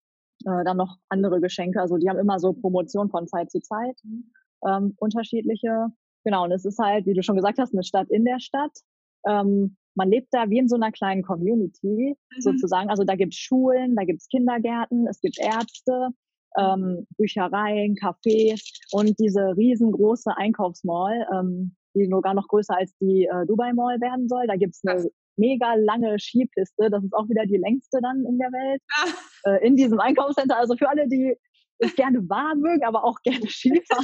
äh, dann noch andere Geschenke. Also die haben immer so Promotionen von Zeit zu Zeit, ähm, unterschiedliche. Genau, und es ist halt, wie du schon gesagt hast, eine Stadt in der Stadt. Ähm, man lebt da wie in so einer kleinen Community mhm. sozusagen. Also da gibt es Schulen, da gibt es Kindergärten, es gibt Ärzte, ähm, Büchereien, Cafés und diese riesengroße Einkaufsmall, ähm, die sogar noch größer als die äh, Dubai Mall werden soll. Da gibt es eine Ach. mega lange Skipiste. Das ist auch wieder die längste dann in der Welt. Äh, in diesem Einkaufscenter. Also für alle, die es gerne warm mögen, aber auch gerne Skifahren.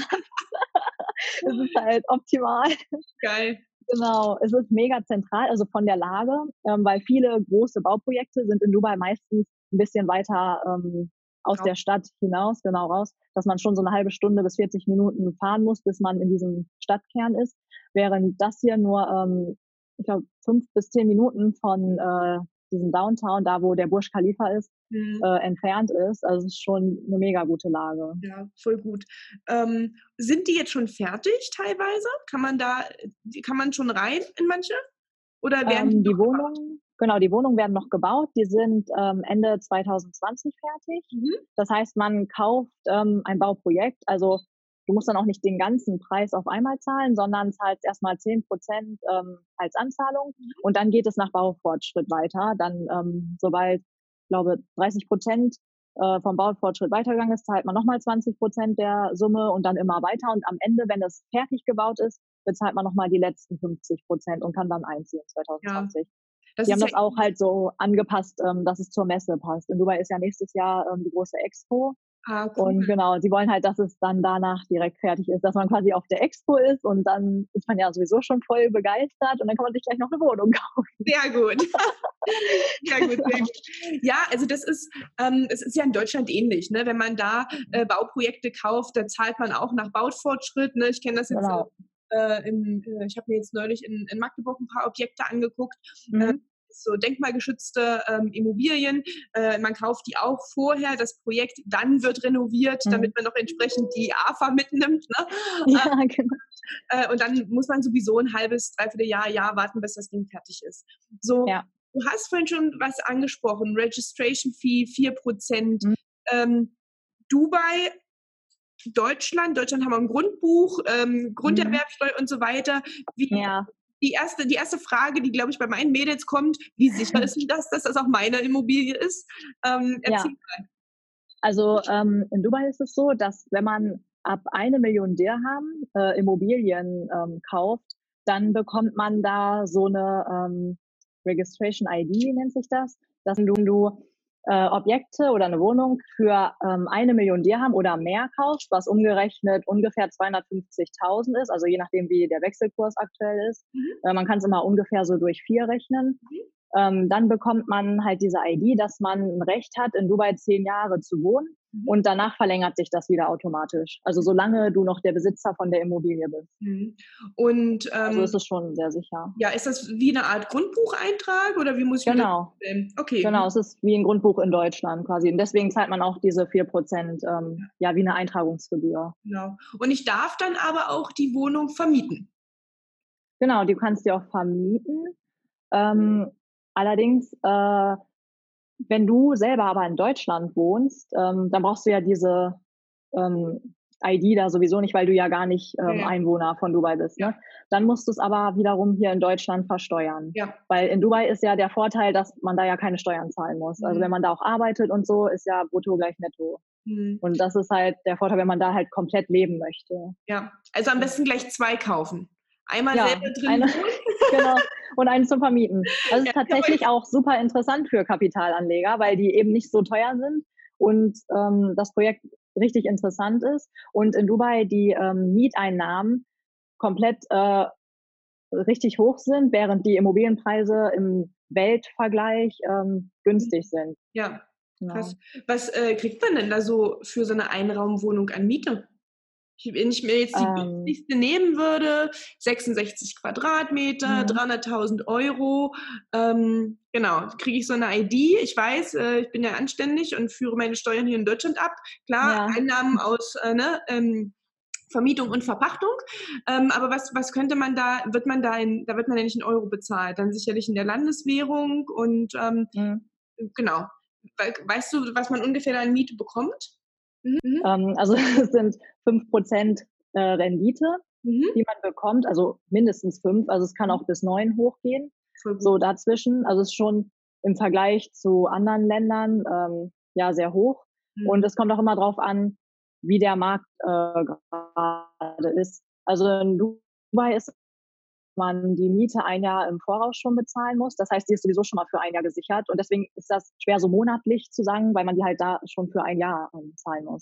Das ist halt optimal. Geil. Genau, es ist mega zentral, also von der Lage, ähm, weil viele große Bauprojekte sind in Dubai meistens ein bisschen weiter ähm, aus Raus. der Stadt hinaus, genau raus, dass man schon so eine halbe Stunde bis vierzig Minuten fahren muss, bis man in diesem Stadtkern ist, während das hier nur, ähm, ich glaube, fünf bis zehn Minuten von äh, diesem Downtown, da wo der Burj Khalifa ist, Mhm. äh, entfernt ist. Also es ist schon eine mega gute Lage. Ja, voll gut. Ähm, sind die jetzt schon fertig teilweise? Kann man da, äh, kann man schon rein in manche? Oder werden die Ähm, die noch gebaut? Wohnungen, genau, die Wohnungen werden noch gebaut. Die sind ähm, Ende zwanzig zwanzig fertig. Mhm. Das heißt, man kauft ähm, ein Bauprojekt. Also du musst dann auch nicht den ganzen Preis auf einmal zahlen, sondern zahlst erstmal zehn Prozent ähm, als Anzahlung und dann geht es nach Baufortschritt weiter. Dann, ähm, sobald, ich glaube, dreißig Prozent äh, vom Baufortschritt weitergegangen ist, zahlt man nochmal zwanzig Prozent der Summe und dann immer weiter. Und am Ende, wenn es fertig gebaut ist, bezahlt man nochmal die letzten fünfzig Prozent und kann dann einziehen Ja, zwanzig zwanzig. das Die haben ist ja das auch halt so angepasst, ähm, dass es zur Messe passt. In Dubai ist ja nächstes Jahr ähm, die große Expo. ah, Und cool. genau, sie wollen halt, dass es dann danach direkt fertig ist, dass man quasi auf der Expo ist und dann ist man ja sowieso schon voll begeistert und dann kann man sich gleich noch eine Wohnung kaufen. Sehr gut. Sehr gut, sehr gut. Ja, also das ist, ähm, es ist ja in Deutschland ähnlich, ne? Wenn man da äh, Bauprojekte kauft, da zahlt man auch nach Baufortschritt. Ne? Ich kenne das jetzt Genau. äh, in, äh, ich habe mir jetzt neulich in, in Magdeburg ein paar Objekte angeguckt. Äh, Mhm. so denkmalgeschützte ähm, Immobilien. Äh, man kauft die auch vorher, das Projekt, dann wird renoviert, damit Mhm. man noch entsprechend die A F A mitnimmt. Ne? Ja, genau. Äh, und dann muss man sowieso ein halbes, dreiviertel Jahr, Jahr warten, bis das Ding fertig ist. So, Ja. du hast vorhin schon was angesprochen, Registration Fee vier Prozent. Mhm. Ähm, Dubai, Deutschland, Deutschland haben wir ein Grundbuch, ähm, Mhm. Grunderwerbsteuer und so weiter. Wie, Ja. die, erste, die erste Frage, die, glaube ich, bei meinen Mädels kommt, wie sicher ist denn das, dass das auch meine Immobilie ist? Ähm, Ja. erzähl mal. Also ähm, in Dubai ist es so, dass wenn man ab eine Million Dirham äh, Immobilien ähm, kauft, dann bekommt man da so eine ähm, Registration I D, nennt sich das, dass du, du äh, Objekte oder eine Wohnung für ähm, eine Million Dirham oder mehr kaufst, was umgerechnet ungefähr zweihundertfünfzigtausend ist, also je nachdem, wie der Wechselkurs aktuell ist. Mhm. Äh, man kann es immer ungefähr so durch vier rechnen. Mhm. Ähm, dann bekommt man halt diese I D, dass man ein Recht hat, in Dubai zehn Jahre zu wohnen Mhm. und danach verlängert sich das wieder automatisch. Also solange du noch der Besitzer von der Immobilie bist. Mhm. Und Also ähm, ist es schon sehr sicher. ja, ist das wie eine Art Grundbucheintrag oder wie muss ich mir das Genau, vorstellen? Okay. genau. Mhm. Es ist wie ein Grundbuch in Deutschland quasi. Und deswegen zahlt man auch diese vier Prozent, ähm, ja, wie eine Eintragungsgebühr. Genau. Und ich darf dann aber auch die Wohnung vermieten. Genau, du kannst die auch vermieten. Ähm, allerdings, äh, wenn du selber aber in Deutschland wohnst, ähm, dann brauchst du ja diese ähm, I D da sowieso nicht, weil du ja gar nicht Ja, ähm, ja. Einwohner von Dubai bist. Ne? Ja. Dann musst du es aber wiederum hier in Deutschland versteuern. Ja. Weil in Dubai ist ja der Vorteil, dass man da ja keine Steuern zahlen muss. Also wenn Mhm. man da auch arbeitet und so, ist ja brutto gleich netto. Mhm. Und das ist halt der Vorteil, wenn man da halt komplett leben möchte. Ja. Also am besten gleich zwei kaufen. Einmal Ja, selber drin eine, wohnen. genau, und einen zum Vermieten. Also es Ja, ist tatsächlich auch super interessant für Kapitalanleger, weil die eben nicht so teuer sind und ähm, das Projekt richtig interessant ist und in Dubai die ähm, Mieteinnahmen komplett äh, richtig hoch sind, während die Immobilienpreise im Weltvergleich ähm, günstig sind. Ja, Genau. krass. Was äh, kriegt man denn da so für so eine Einraumwohnung an Miete? Ich, wenn ich mir jetzt die Ähm, günstigste nehmen würde, sechsundsechzig Quadratmeter, mhm. dreihunderttausend Euro, ähm, genau, kriege ich so eine I D. Ich weiß, äh, ich bin ja anständig und führe meine Steuern hier in Deutschland ab. Klar, Ja. Einnahmen aus äh, ne, ähm, Vermietung und Verpachtung. Ähm, aber was, was könnte man da, wird man da in, da wird man ja nicht in Euro bezahlt, dann sicherlich in der Landeswährung und ähm, Mhm. genau. Weißt du, was man ungefähr da an Miete bekommt? Mhm. Ähm, also es sind fünf Prozent äh, Rendite, Mhm. die man bekommt, also mindestens fünf, also es kann Mhm. auch bis neun hochgehen, Voll gut. so dazwischen. Also es ist schon im Vergleich zu anderen Ländern ähm, ja sehr hoch. Mhm. Und es kommt auch immer drauf an, wie der Markt äh, gerade ist. Also in Dubai ist man die Miete ein Jahr im Voraus schon bezahlen muss. Das heißt, die ist sowieso schon mal für ein Jahr gesichert. Und deswegen ist das schwer so monatlich zu sagen, weil man die halt da schon für ein Jahr ähm, zahlen muss.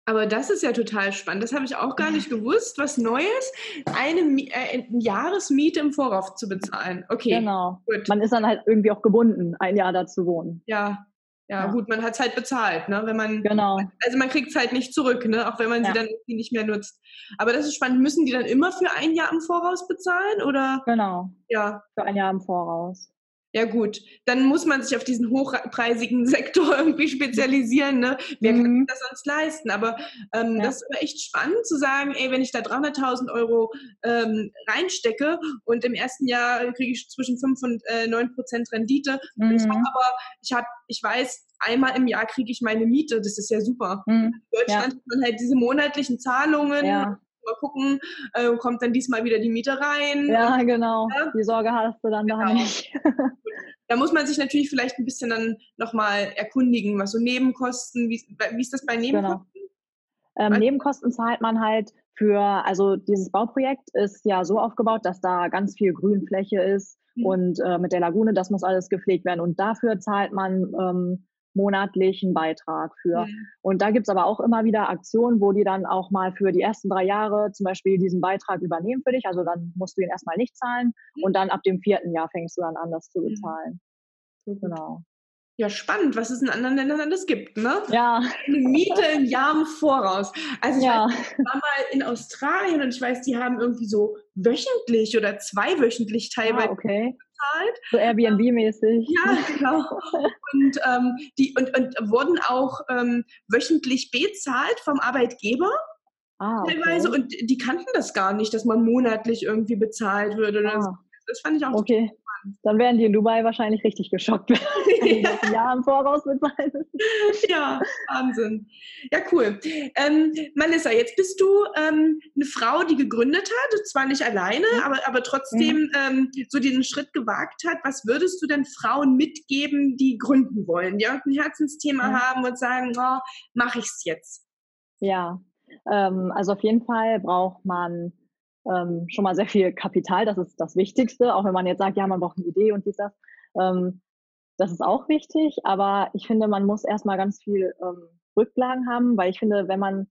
Aber das ist ja total spannend. Das habe ich auch gar nicht gewusst. Was Neues, eine Mi äh, Jahresmiete im Voraus zu bezahlen. Okay, Genau. gut. Man ist dann halt irgendwie auch gebunden, ein Jahr da zu wohnen. Ja, ja Ja. gut, man hat's halt bezahlt, ne? Wenn man Genau. also man kriegt's halt nicht zurück, ne, auch wenn man sie Ja. dann irgendwie nicht mehr nutzt. Aber das ist spannend. Müssen die dann immer für ein Jahr im Voraus bezahlen oder Genau. ja. Für ein Jahr im Voraus. Ja gut, dann muss man sich auf diesen hochpreisigen Sektor irgendwie spezialisieren, ne? Wer kann sich Mhm. das sonst leisten? Aber, ähm, Ja. das ist aber echt spannend zu sagen: „Ey, wenn ich da dreihunderttausend Euro ähm, reinstecke und im ersten Jahr kriege ich zwischen fünf und, äh, neun Prozent Rendite und ich habe Mhm. aber ich habe ich weiß, einmal im Jahr kriege ich meine Miete.“ Das ist ja super. Mhm. In Ja. Deutschland hat man halt diese monatlichen Zahlungen, Ja. mal gucken, äh, kommt dann diesmal wieder die Miete rein und Ja, genau. ne? Die Sorge hast du dann da Genau. nicht. Gut. Da muss man sich natürlich vielleicht 'n bisschen dann noch mal erkundigen, was so Nebenkosten wie wie ist das bei Genau. Nebenkosten? Ähm, Weißt Nebenkosten zahlt man halt für also dieses Bauprojekt ist ja so aufgebaut, dass da ganz viel Grünfläche ist Mhm. und, äh, mit der Lagune, das muss alles gepflegt werden und dafür zahlt man, ähm, monatlich 'n Beitrag für. Mhm. Und da gibt's aber auch immer wieder Aktionen, wo die dann auch mal für die ersten drei Jahre zum Beispiel diesen Beitrag übernehmen für dich. Also, dann musst du ihn erst mal nicht zahlen Mhm. und dann ab dem vierten Jahr fängst du dann an, das zu Mhm. bezahlen. Sehr gut. Genau. Ja, spannend, was es in anderen Ländern alles gibt, ne? Ja. Eine Miete im Jahr im Voraus. Also, ich weiß, Ja. ich war mal in Australien und ich weiß, die haben irgendwie so wöchentlich oder zweiwöchentlich teilweise Ah, okay. bezahlt. So Airbnb-mäßig. Ähm, ja, genau. Und, ähm, die und und wurden auch, ähm, wöchentlich bezahlt vom Arbeitgeber Ah, teilweise okay. und die kannten das gar nicht, dass man monatlich irgendwie bezahlt wird oder so. Ah, Das fand ich auch total okay. spannend. Dann werden die in Dubai wahrscheinlich richtig geschockt, wenn die Ja. das 'n Jahr im Voraus bezahlen müssen. Ja, Wahnsinn. Ja, cool. Ähm, Malissa, jetzt bist du, ähm, 'ne Frau, die gegründet hat, zwar nicht alleine, Mhm. aber aber Mhm. trotzdem, ähm, so diesen Schritt gewagt hat. Was würdest du denn Frauen mitgeben, die gründen wollen, die irgend 'n Herzensthema Mhm. haben und sagen: „Oh, mache ich's jetzt?“ Ja, ähm, also auf jeden Fall braucht man, ähm, schon mal sehr viel Kapital. Das ist das Wichtigste, auch wenn man jetzt sagt: „Ja, man braucht 'ne Idee und dies, das.“ Ähm, das ist auch wichtig, aber ich finde, man muss erst mal ganz viel, ähm, Rücklagen haben, weil ich finde, wenn man,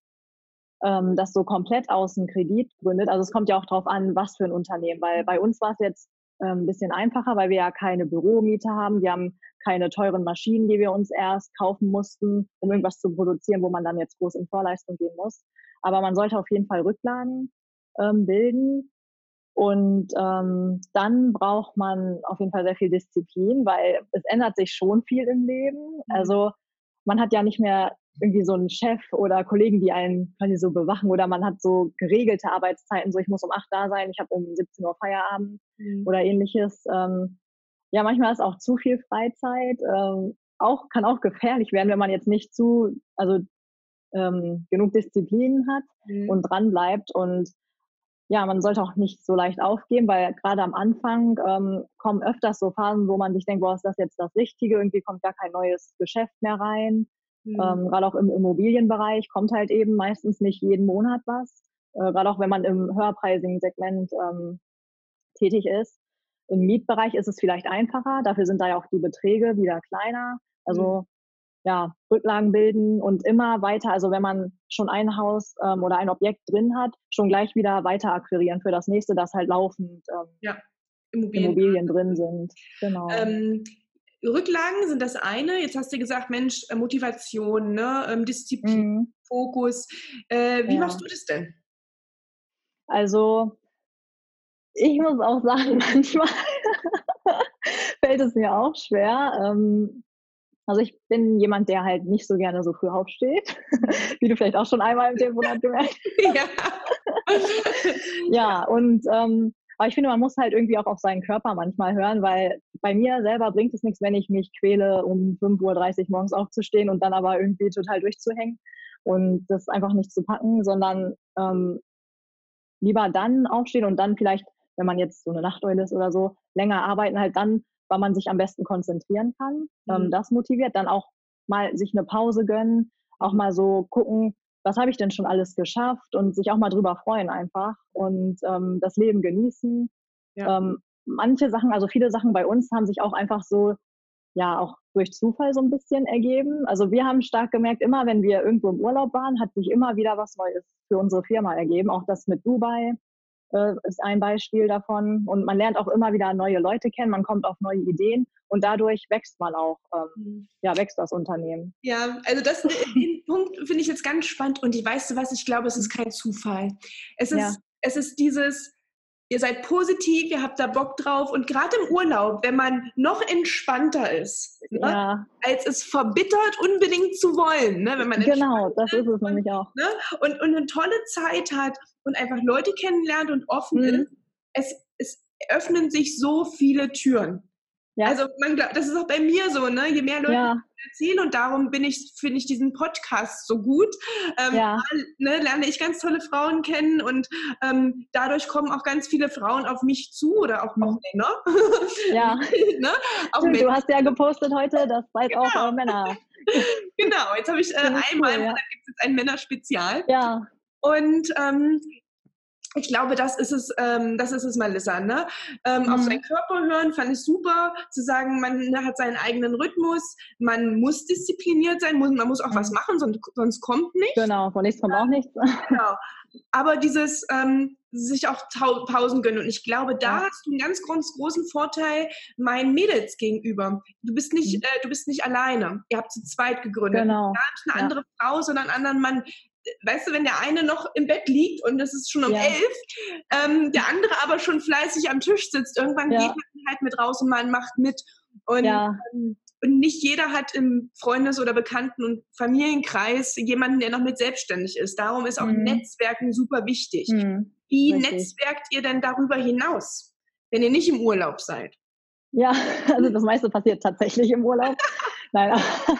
ähm, das so komplett aus 'n Kredit gründet also es kommt ja auch drauf an, was für 'n Unternehmen, weil bei uns war's jetzt, ähm, 'n bisschen einfacher, weil wir ja keine Büromiete haben. Wir haben keine teuren Maschinen, die wir uns erst kaufen mussten, um irgendwas zu produzieren, wo man dann jetzt groß in Vorleistung gehen muss. Aber man sollte auf jeden Fall Rücklagen, ähm, bilden und, ähm, dann braucht man auf jeden Fall sehr viel Disziplin, weil es ändert sich schon viel im Leben. Mhm. Also, man hat ja nicht mehr irgendwie so 'n Chef oder Kollegen, die einen quasi so bewachen oder man hat so geregelte Arbeitszeiten, so: „Ich muss um acht da sein, ich habe um siebzehn Uhr Feierabend“ Mhm. oder Ähnliches. Ähm, ja, manchmal ist auch zu viel Freizeit, ähm, auch kann auch gefährlich werden, wenn man jetzt nicht zu also, ähm, genug Disziplin hat Mhm. und dranbleibt und ja, man sollte auch nicht so leicht aufgeben, weil grade am Anfang, ähm, kommen öfters so Phasen, wo man sich denkt: „Boah, ist das jetzt das Richtige?“ Irgendwie kommt gar kein neues Geschäft mehr rein. Mhm. Ähm, grade auch im Immobilienbereich kommt halt eben meistens nicht jeden Monat was, äh, grade auch wenn man im höherpreisigen Segment, ähm, tätig ist. Im Mietbereich ist es vielleicht einfacher, dafür sind da ja auch die Beträge wieder kleiner. Mhm. Also, ja, Rücklagen bilden und immer weiter also, wenn man schon ein Haus, ähm, oder ein Objekt drin hat, schon gleich wieder weiter akquirieren für das nächste, dass halt laufend, ähm, Ja, Immobilien Immobilien drin sind. Genau. Ähm, Rücklagen sind das eine. Jetzt hast du gesagt: „Mensch, äh, Motivation, ne, ähm, Disziplin, Mhm. Fokus.“ Äh, wie machst Ja. du das denn? Also ich muss auch sagen, manchmal fällt es mir auch schwer. Ähm, also, ich bin jemand, der halt nicht so gerne so früh aufsteht, Mhm. wie du vielleicht auch schon einmal im Telefonat gemerkt Ja. Ja. Ja, und, ähm aber ich finde, man muss halt irgendwie auch auf seinen Körper manchmal hören, weil bei mir selber bringt es nix, wenn ich mich quäle, um fünf Uhr dreißig morgens aufzustehen und dann aber irgendwie total durchzuhängen und das einfach nicht zu packen, sondern, ähm, lieber dann aufstehen und dann vielleicht, wenn man jetzt so 'ne Nachteule ist oder so, länger arbeiten, halt dann, wann man sich am besten konzentrieren kann. Ähm, Mhm. das motiviert, dann auch mal sich 'ne Pause gönnen, auch Mhm. mal so gucken: „Was habe ich denn schon alles geschafft?“ und sich auch mal drüber freuen einfach und, ähm, das Leben genießen. Ja. Ähm, manche Sachen also, viele Sachen bei uns haben sich auch einfach so ja auch durch Zufall so ein bisschen ergeben. Also wir haben stark gemerkt, immer wenn wir irgendwo im Urlaub waren, hat sich immer wieder was Neues für unsere Firma ergeben. Auch das mit Dubai äh, ist ein Beispiel davon. Und man lernt auch immer wieder neue Leute kennen, man kommt auf neue Ideen und dadurch wächst man auch, ähm, Mhm. ja, wächst das Unternehmen. Ja, also das, den Punkt finde ich jetzt ganz spannend und ich weißt du was, ich glaube, es ist kein Zufall. Es Ja, ist, es ist dieses, ihr seid positiv, ihr habt da Bock drauf und gerade im Urlaub, wenn man noch entspannter ist, ne, ja, als es verbittert, unbedingt zu wollen, ne, wenn man genau, entspannt das ist es ist und, nämlich auch. ne, und, und eine tolle Zeit hat und einfach Leute kennenlernt und offen Mhm. ist, es, es öffnen sich so viele Türen. Ja, Also man glaubt, das ist auch bei mir so, ne? Je mehr Leute ja, erzählen und darum bin ich, finde ich diesen Podcast so gut. Ähm, ja, ne, lerne ich ganz tolle Frauen kennen und ähm, dadurch kommen auch ganz viele Frauen auf mich zu oder auch, auch mhm. Männer. Ja. ne? Auch Stimmt, Männer. du hast ja gepostet heute, dass bald auch Genau, äh, Männer. genau. Jetzt habe ich äh, Finde ich einmal cool, im ja. Monat gibt es jetzt ein Männerspezial. Ja, Und ähm, ich glaube, das ist es, ähm, das ist es, Melissa, ne? Ähm, auf seinen mhm. Körper hören fand ich super, zu sagen, man ne, hat seinen eigenen Rhythmus, man muss diszipliniert sein, muss, man muss auch was Mhm. machen, sonst, sonst kommt nichts. Genau, von nichts kommt auch nichts. Genau. Aber dieses ähm, sich auch Tau Pausen gönnen. Und ich glaube, da Ja. hast du einen ganz, ganz großen Vorteil meinen Mädels gegenüber. Du bist nicht, Mhm. äh, du bist nicht alleine. Ihr habt zu zweit gegründet. Genau. Gar nicht eine Ja. andere Frau, sondern einen anderen Mann. Weißt du, wenn der eine noch im Bett liegt und es ist schon um Ja. elf, ähm, der andere aber schon fleißig am Tisch sitzt, irgendwann Ja. geht man halt mit raus und man macht mit. Und, Ja. ähm, und nicht jeder hat im Freundes- oder Bekannten- und Familienkreis jemanden, der noch mit selbstständig ist. Darum ist auch Mhm. Netzwerken super wichtig. Mhm. Wie Richtig. netzwerkt ihr denn darüber hinaus, wenn ihr nicht im Urlaub seid? Ja, also das meiste passiert tatsächlich im Urlaub. Nein,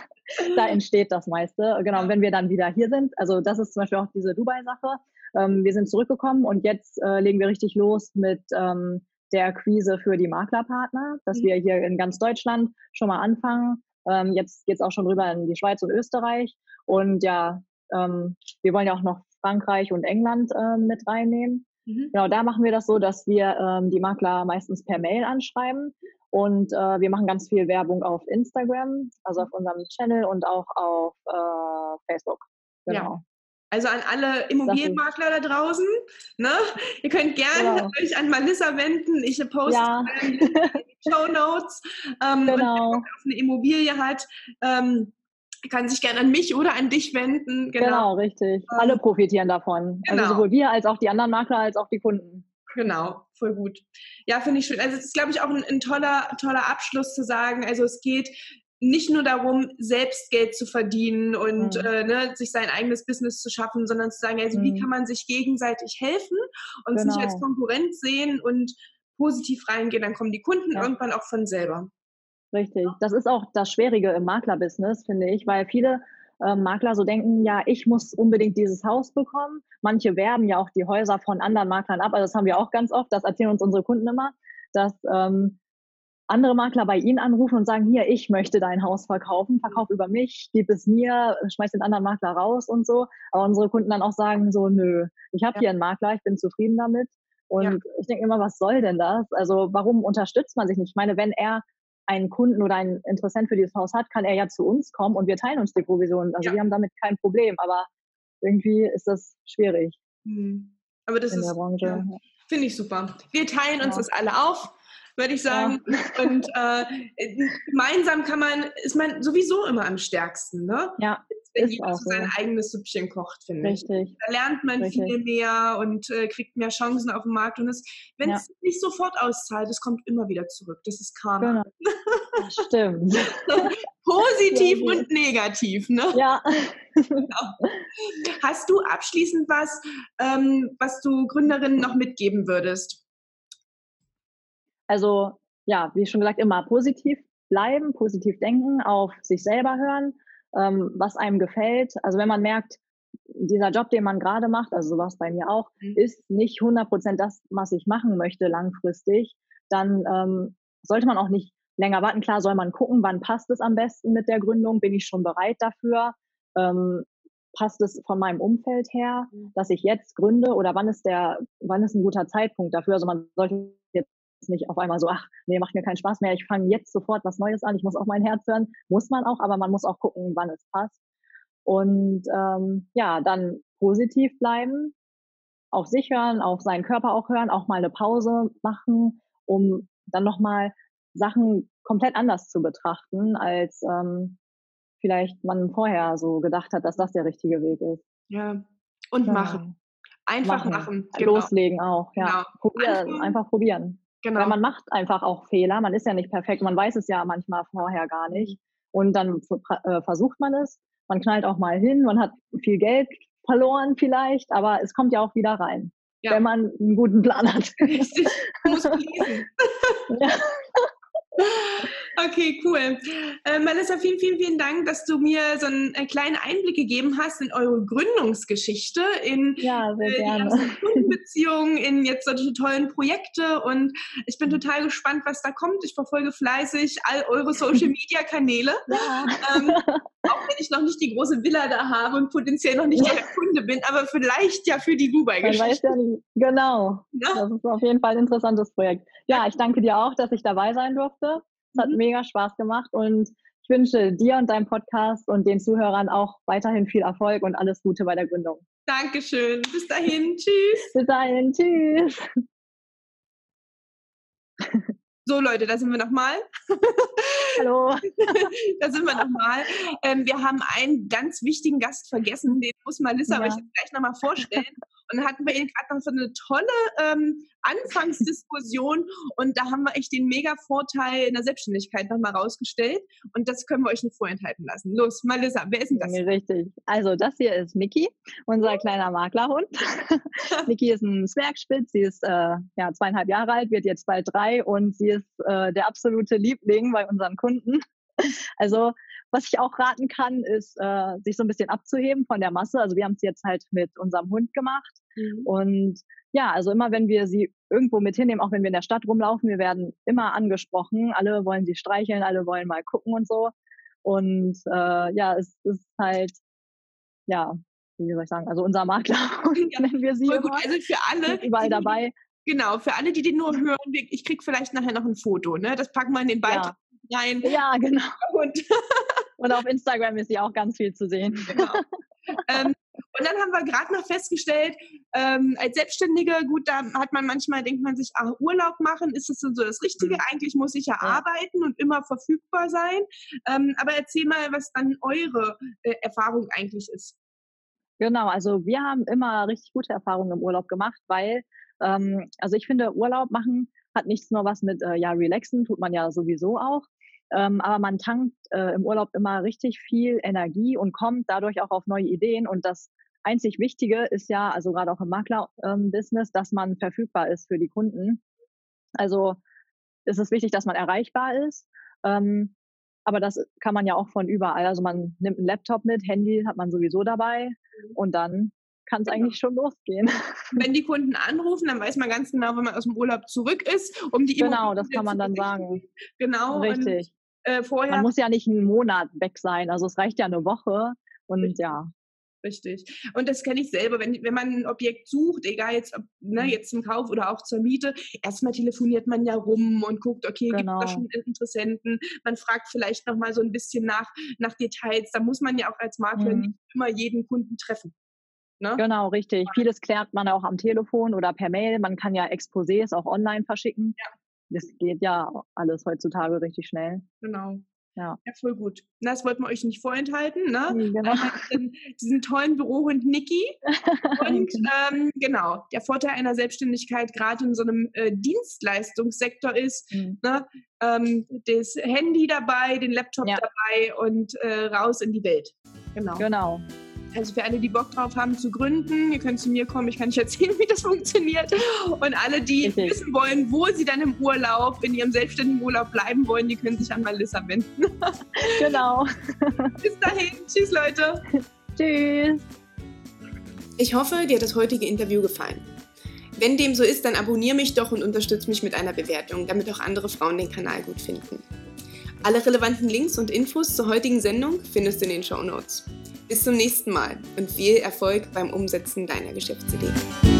da entsteht das meiste. Genau, und wenn wir dann wieder hier sind, also das ist zum Beispiel auch diese Dubai-Sache. Ähm, wir sind zurückgekommen und jetzt äh, legen wir richtig los mit ähm, der Akquise für die Maklerpartner, dass Mhm. wir hier in ganz Deutschland schon mal anfangen. Ähm, jetzt geht es auch schon rüber in die Schweiz und Österreich. Und ja, ähm, wir wollen ja auch noch Frankreich und England äh, mit reinnehmen. Mhm. Genau, da machen wir das so, dass wir ähm, die Makler meistens per Mail anschreiben und äh, wir machen ganz viel Werbung auf Instagram, also auf unserem Channel und auch auf äh, Facebook. Ja. Genau. Also an alle Das ist, Immobilienmakler da draußen, ne? Ihr könnt gerne genau. euch an Melissa wenden. Ich poste Ja, einen Link in die Show Notes. Ähm, Und wer genau, Bock auf eine Immobilie hat, ähm, kann sich gerne an mich oder an dich wenden. Genau. genau, richtig. Ähm, Alle profitieren davon. Also genau. sowohl wir als auch die anderen Makler als auch die Kunden. Genau, voll gut. Ja, finde ich schön. Also es ist, glaube ich, auch ein, ein toller, toller Abschluss zu sagen. Also es geht nicht nur darum, selbst Geld zu verdienen und Mhm. äh, ne, sich sein eigenes Business zu schaffen, sondern zu sagen, also wie Mhm. kann man sich gegenseitig helfen und es nicht als Genau. Konkurrent sehen und positiv reingehen, dann kommen die Kunden Ja. irgendwann auch von selber. Richtig. Das ist auch das Schwierige im Maklerbusiness, finde ich, weil viele ähm, Makler so denken, ja, ich muss unbedingt dieses Haus bekommen. Manche werben ja auch die Häuser von anderen Maklern ab. Also das haben wir auch ganz oft, das erzählen uns unsere Kunden immer, dass ähm, andere Makler bei ihnen anrufen und sagen, hier, ich möchte dein Haus verkaufen, verkauf über mich, gib es mir, schmeiß den anderen Makler raus und so. Aber unsere Kunden dann auch sagen so, nö, ich habe Ja. hier einen Makler, ich bin zufrieden damit. Und Ja. ich denke immer, was soll denn das? Also warum unterstützt man sich nicht? Ich meine, wenn er einen Kunden oder einen Interessent für dieses Haus hat, kann er ja zu uns kommen und wir teilen uns die Provision. Also Ja. wir haben damit kein Problem, aber irgendwie ist das schwierig Hm. Aber das in der ist, Branche. ja, finde ich super. Wir teilen uns Ja. das alle auf, würde ich sagen. Ja. Und äh, gemeinsam kann man, ist man sowieso immer am stärksten, ne? Ja, Wenn ist jeder auch so so. sein eigenes Süppchen kocht, finde ich. Richtig. Da lernt man Richtig. viel mehr und äh, kriegt mehr Chancen auf dem Markt. Und wenn es Ja. nicht sofort auszahlt, es kommt immer wieder zurück. Das ist Karma. Genau. Das stimmt. Positiv Sehr gut. und negativ, ne? Ja. Genau. Hast du abschließend was, ähm, was du Gründerinnen noch mitgeben würdest? Also, ja, wie schon gesagt, immer positiv bleiben, positiv denken, auf sich selber hören, ähm, was einem gefällt. Also wenn man merkt, dieser Job, den man gerade macht, also so war es bei mir auch, Mhm. ist nicht hundert Prozent das, was ich machen möchte langfristig, dann ähm, sollte man auch nicht länger warten. Klar soll man gucken, wann passt es am besten mit der Gründung, bin ich schon bereit dafür, ähm, passt es von meinem Umfeld her, Mhm. dass ich jetzt gründe oder wann ist der, wann ist ein guter Zeitpunkt dafür? Also man sollte jetzt nicht auf einmal so, ach, nee, macht mir keinen Spaß mehr, ich fange jetzt sofort was Neues an, ich muss auf mein Herz hören. Muss man auch, aber man muss auch gucken, wann es passt. Und ähm, ja, dann positiv bleiben, auf sich hören, auf seinen Körper auch hören, auch mal eine Pause machen, um dann nochmal Sachen komplett anders zu betrachten, als ähm, vielleicht man vorher so gedacht hat, dass das der richtige Weg ist. Ja, und Genau. machen. Einfach machen. Machen. Genau. Loslegen auch, ja. Genau. Probieren, Anfangen. einfach probieren. Weil Genau. man macht einfach auch Fehler. Man ist ja nicht perfekt. Man weiß es ja manchmal vorher gar nicht. Und dann äh, versucht man es. Man knallt auch mal hin. Man hat viel Geld verloren vielleicht, aber es kommt ja auch wieder rein, Ja. wenn man einen guten Plan hat. Richtig. Muss fließen. Ja. Okay, cool. Äh, Melissa, vielen, vielen, vielen Dank, dass du mir so einen äh, kleinen Einblick gegeben hast in eure Gründungsgeschichte, in Ja, sehr äh, die gerne. ganzen Kundenbeziehungen, in jetzt solche tollen Projekte, und ich bin total gespannt, was da kommt. Ich verfolge fleißig all eure Social-Media-Kanäle. Ja. Ähm, auch wenn ich noch nicht die große Villa da habe und potenziell noch nicht der Kunde bin, aber vielleicht ja für die Man Dubai-Geschichte. weiß ja nicht. Genau. Ja? Das ist auf jeden Fall ein interessantes Projekt. Ja, ich danke dir auch, dass ich dabei sein durfte. Es hat Mhm. mega Spaß gemacht und ich wünsche dir und deinem Podcast und den Zuhörern auch weiterhin viel Erfolg und alles Gute bei der Gründung. Dankeschön. Bis dahin. Tschüss. Bis dahin. Tschüss. So, Leute, da sind wir nochmal. Hallo. Da sind wir nochmal. Ähm, wir haben einen ganz wichtigen Gast vergessen, den muss Melissa Ja. euch jetzt gleich nochmal vorstellen. Und dann hatten wir eben gerade noch so eine tolle ähm, Anfangsdiskussion, und da haben wir echt den mega Vorteil in der Selbstständigkeit nochmal rausgestellt, und das können wir euch nicht vorenthalten lassen. Los, Melissa, wer ist denn das? Richtig. Also das hier ist Niki, unser kleiner Maklerhund. Niki ist ein Zwergspitz, sie ist äh, ja, zweieinhalb Jahre alt, wird jetzt bald drei, und sie ist äh, der absolute Liebling bei unseren Kunden. Also was ich auch raten kann, ist, äh, sich so ein bisschen abzuheben von der Masse. Also wir haben es jetzt halt mit unserem Hund gemacht. Mhm. Und ja, also immer wenn wir sie irgendwo mit hinnehmen, auch wenn wir in der Stadt rumlaufen, wir werden immer angesprochen. Alle wollen sie streicheln, alle wollen mal gucken und so. Und äh, ja, es ist halt, ja, wie soll ich sagen, also unser Maklerhund, Ja, nennen wir sie voll immer. gut. Also für alle, Ist überall die, dabei. Genau, für alle, die den nur hören, ich kriege vielleicht nachher noch ein Foto, ne? Das packen wir in den Beitrag Ja. rein. Ja, genau. Und, Und auf Instagram ist sie auch ganz viel zu sehen. genau. ähm, und dann haben wir gerade noch festgestellt, ähm, als Selbstständige, gut, da hat man manchmal, denkt man sich, ach, Urlaub machen, ist das so das Richtige? Mhm. Eigentlich muss ich ja, Ja. arbeiten und immer verfügbar sein. Ähm, aber erzähl mal, was dann eure äh, Erfahrung eigentlich ist. Genau, also wir haben immer richtig gute Erfahrungen im Urlaub gemacht, weil, ähm, also ich finde, Urlaub machen hat nichts nur was mit, äh, ja, relaxen, tut man ja sowieso auch. Ähm, aber man tankt äh, im Urlaub immer richtig viel Energie und kommt dadurch auch auf neue Ideen. Und das einzig Wichtige ist ja, also gerade auch im Makler-Business, ähm, dass man verfügbar ist für die Kunden. Also ist es wichtig, dass man erreichbar ist. Ähm, aber das kann man ja auch von überall. Also man nimmt einen Laptop mit, Handy hat man sowieso dabei, und dann kann es Genau. eigentlich schon losgehen. Wenn die Kunden anrufen, dann weiß man ganz genau, wenn man aus dem Urlaub zurück ist, um die Genau, das Immobilie kann man zu dann besichtigen. sagen. Genau. Richtig. Und, äh, vorher. Man muss ja nicht einen Monat weg sein. Also es reicht ja eine Woche. Und Richtig. ja. Richtig. Und das kenne ich selber, wenn, wenn man ein Objekt sucht, egal jetzt, ob, ne, jetzt zum Kauf oder auch zur Miete, erstmal telefoniert man ja rum und guckt, okay, Genau. gibt es da schon Interessenten? Man fragt vielleicht nochmal so ein bisschen nach, nach Details. Da muss man ja auch als Makler Mhm. nicht immer jeden Kunden treffen. Ne? Genau, richtig. Vieles klärt man auch am Telefon oder per Mail. Man kann ja Exposés auch online verschicken. Ja. Das geht ja alles heutzutage richtig schnell. Genau. Ja. Ja, voll gut. Das wollten wir euch nicht vorenthalten. Ne? Mhm, genau. Einmal diesen, diesen tollen Bürohund Niki. Und ähm, genau, der Vorteil einer Selbstständigkeit gerade in so einem äh, Dienstleistungssektor ist, Mhm. ne, ähm, das Handy dabei, den Laptop Ja. dabei und äh, raus in die Welt. Genau. Genau. Also für alle, die Bock drauf haben zu gründen, ihr könnt zu mir kommen, ich kann euch erzählen, wie das funktioniert. Und alle, die Richtig. wissen wollen, wo sie dann im Urlaub, in ihrem selbstständigen Urlaub bleiben wollen, die können sich an Melissa wenden. Genau. Bis dahin. Tschüss, Leute. Tschüss. Ich hoffe, dir hat das heutige Interview gefallen. Wenn dem so ist, dann abonniere mich doch und unterstütze mich mit einer Bewertung, damit auch andere Frauen den Kanal gut finden. Alle relevanten Links und Infos zur heutigen Sendung findest du in den Shownotes. Bis zum nächsten Mal und viel Erfolg beim Umsetzen deiner Geschäftsidee.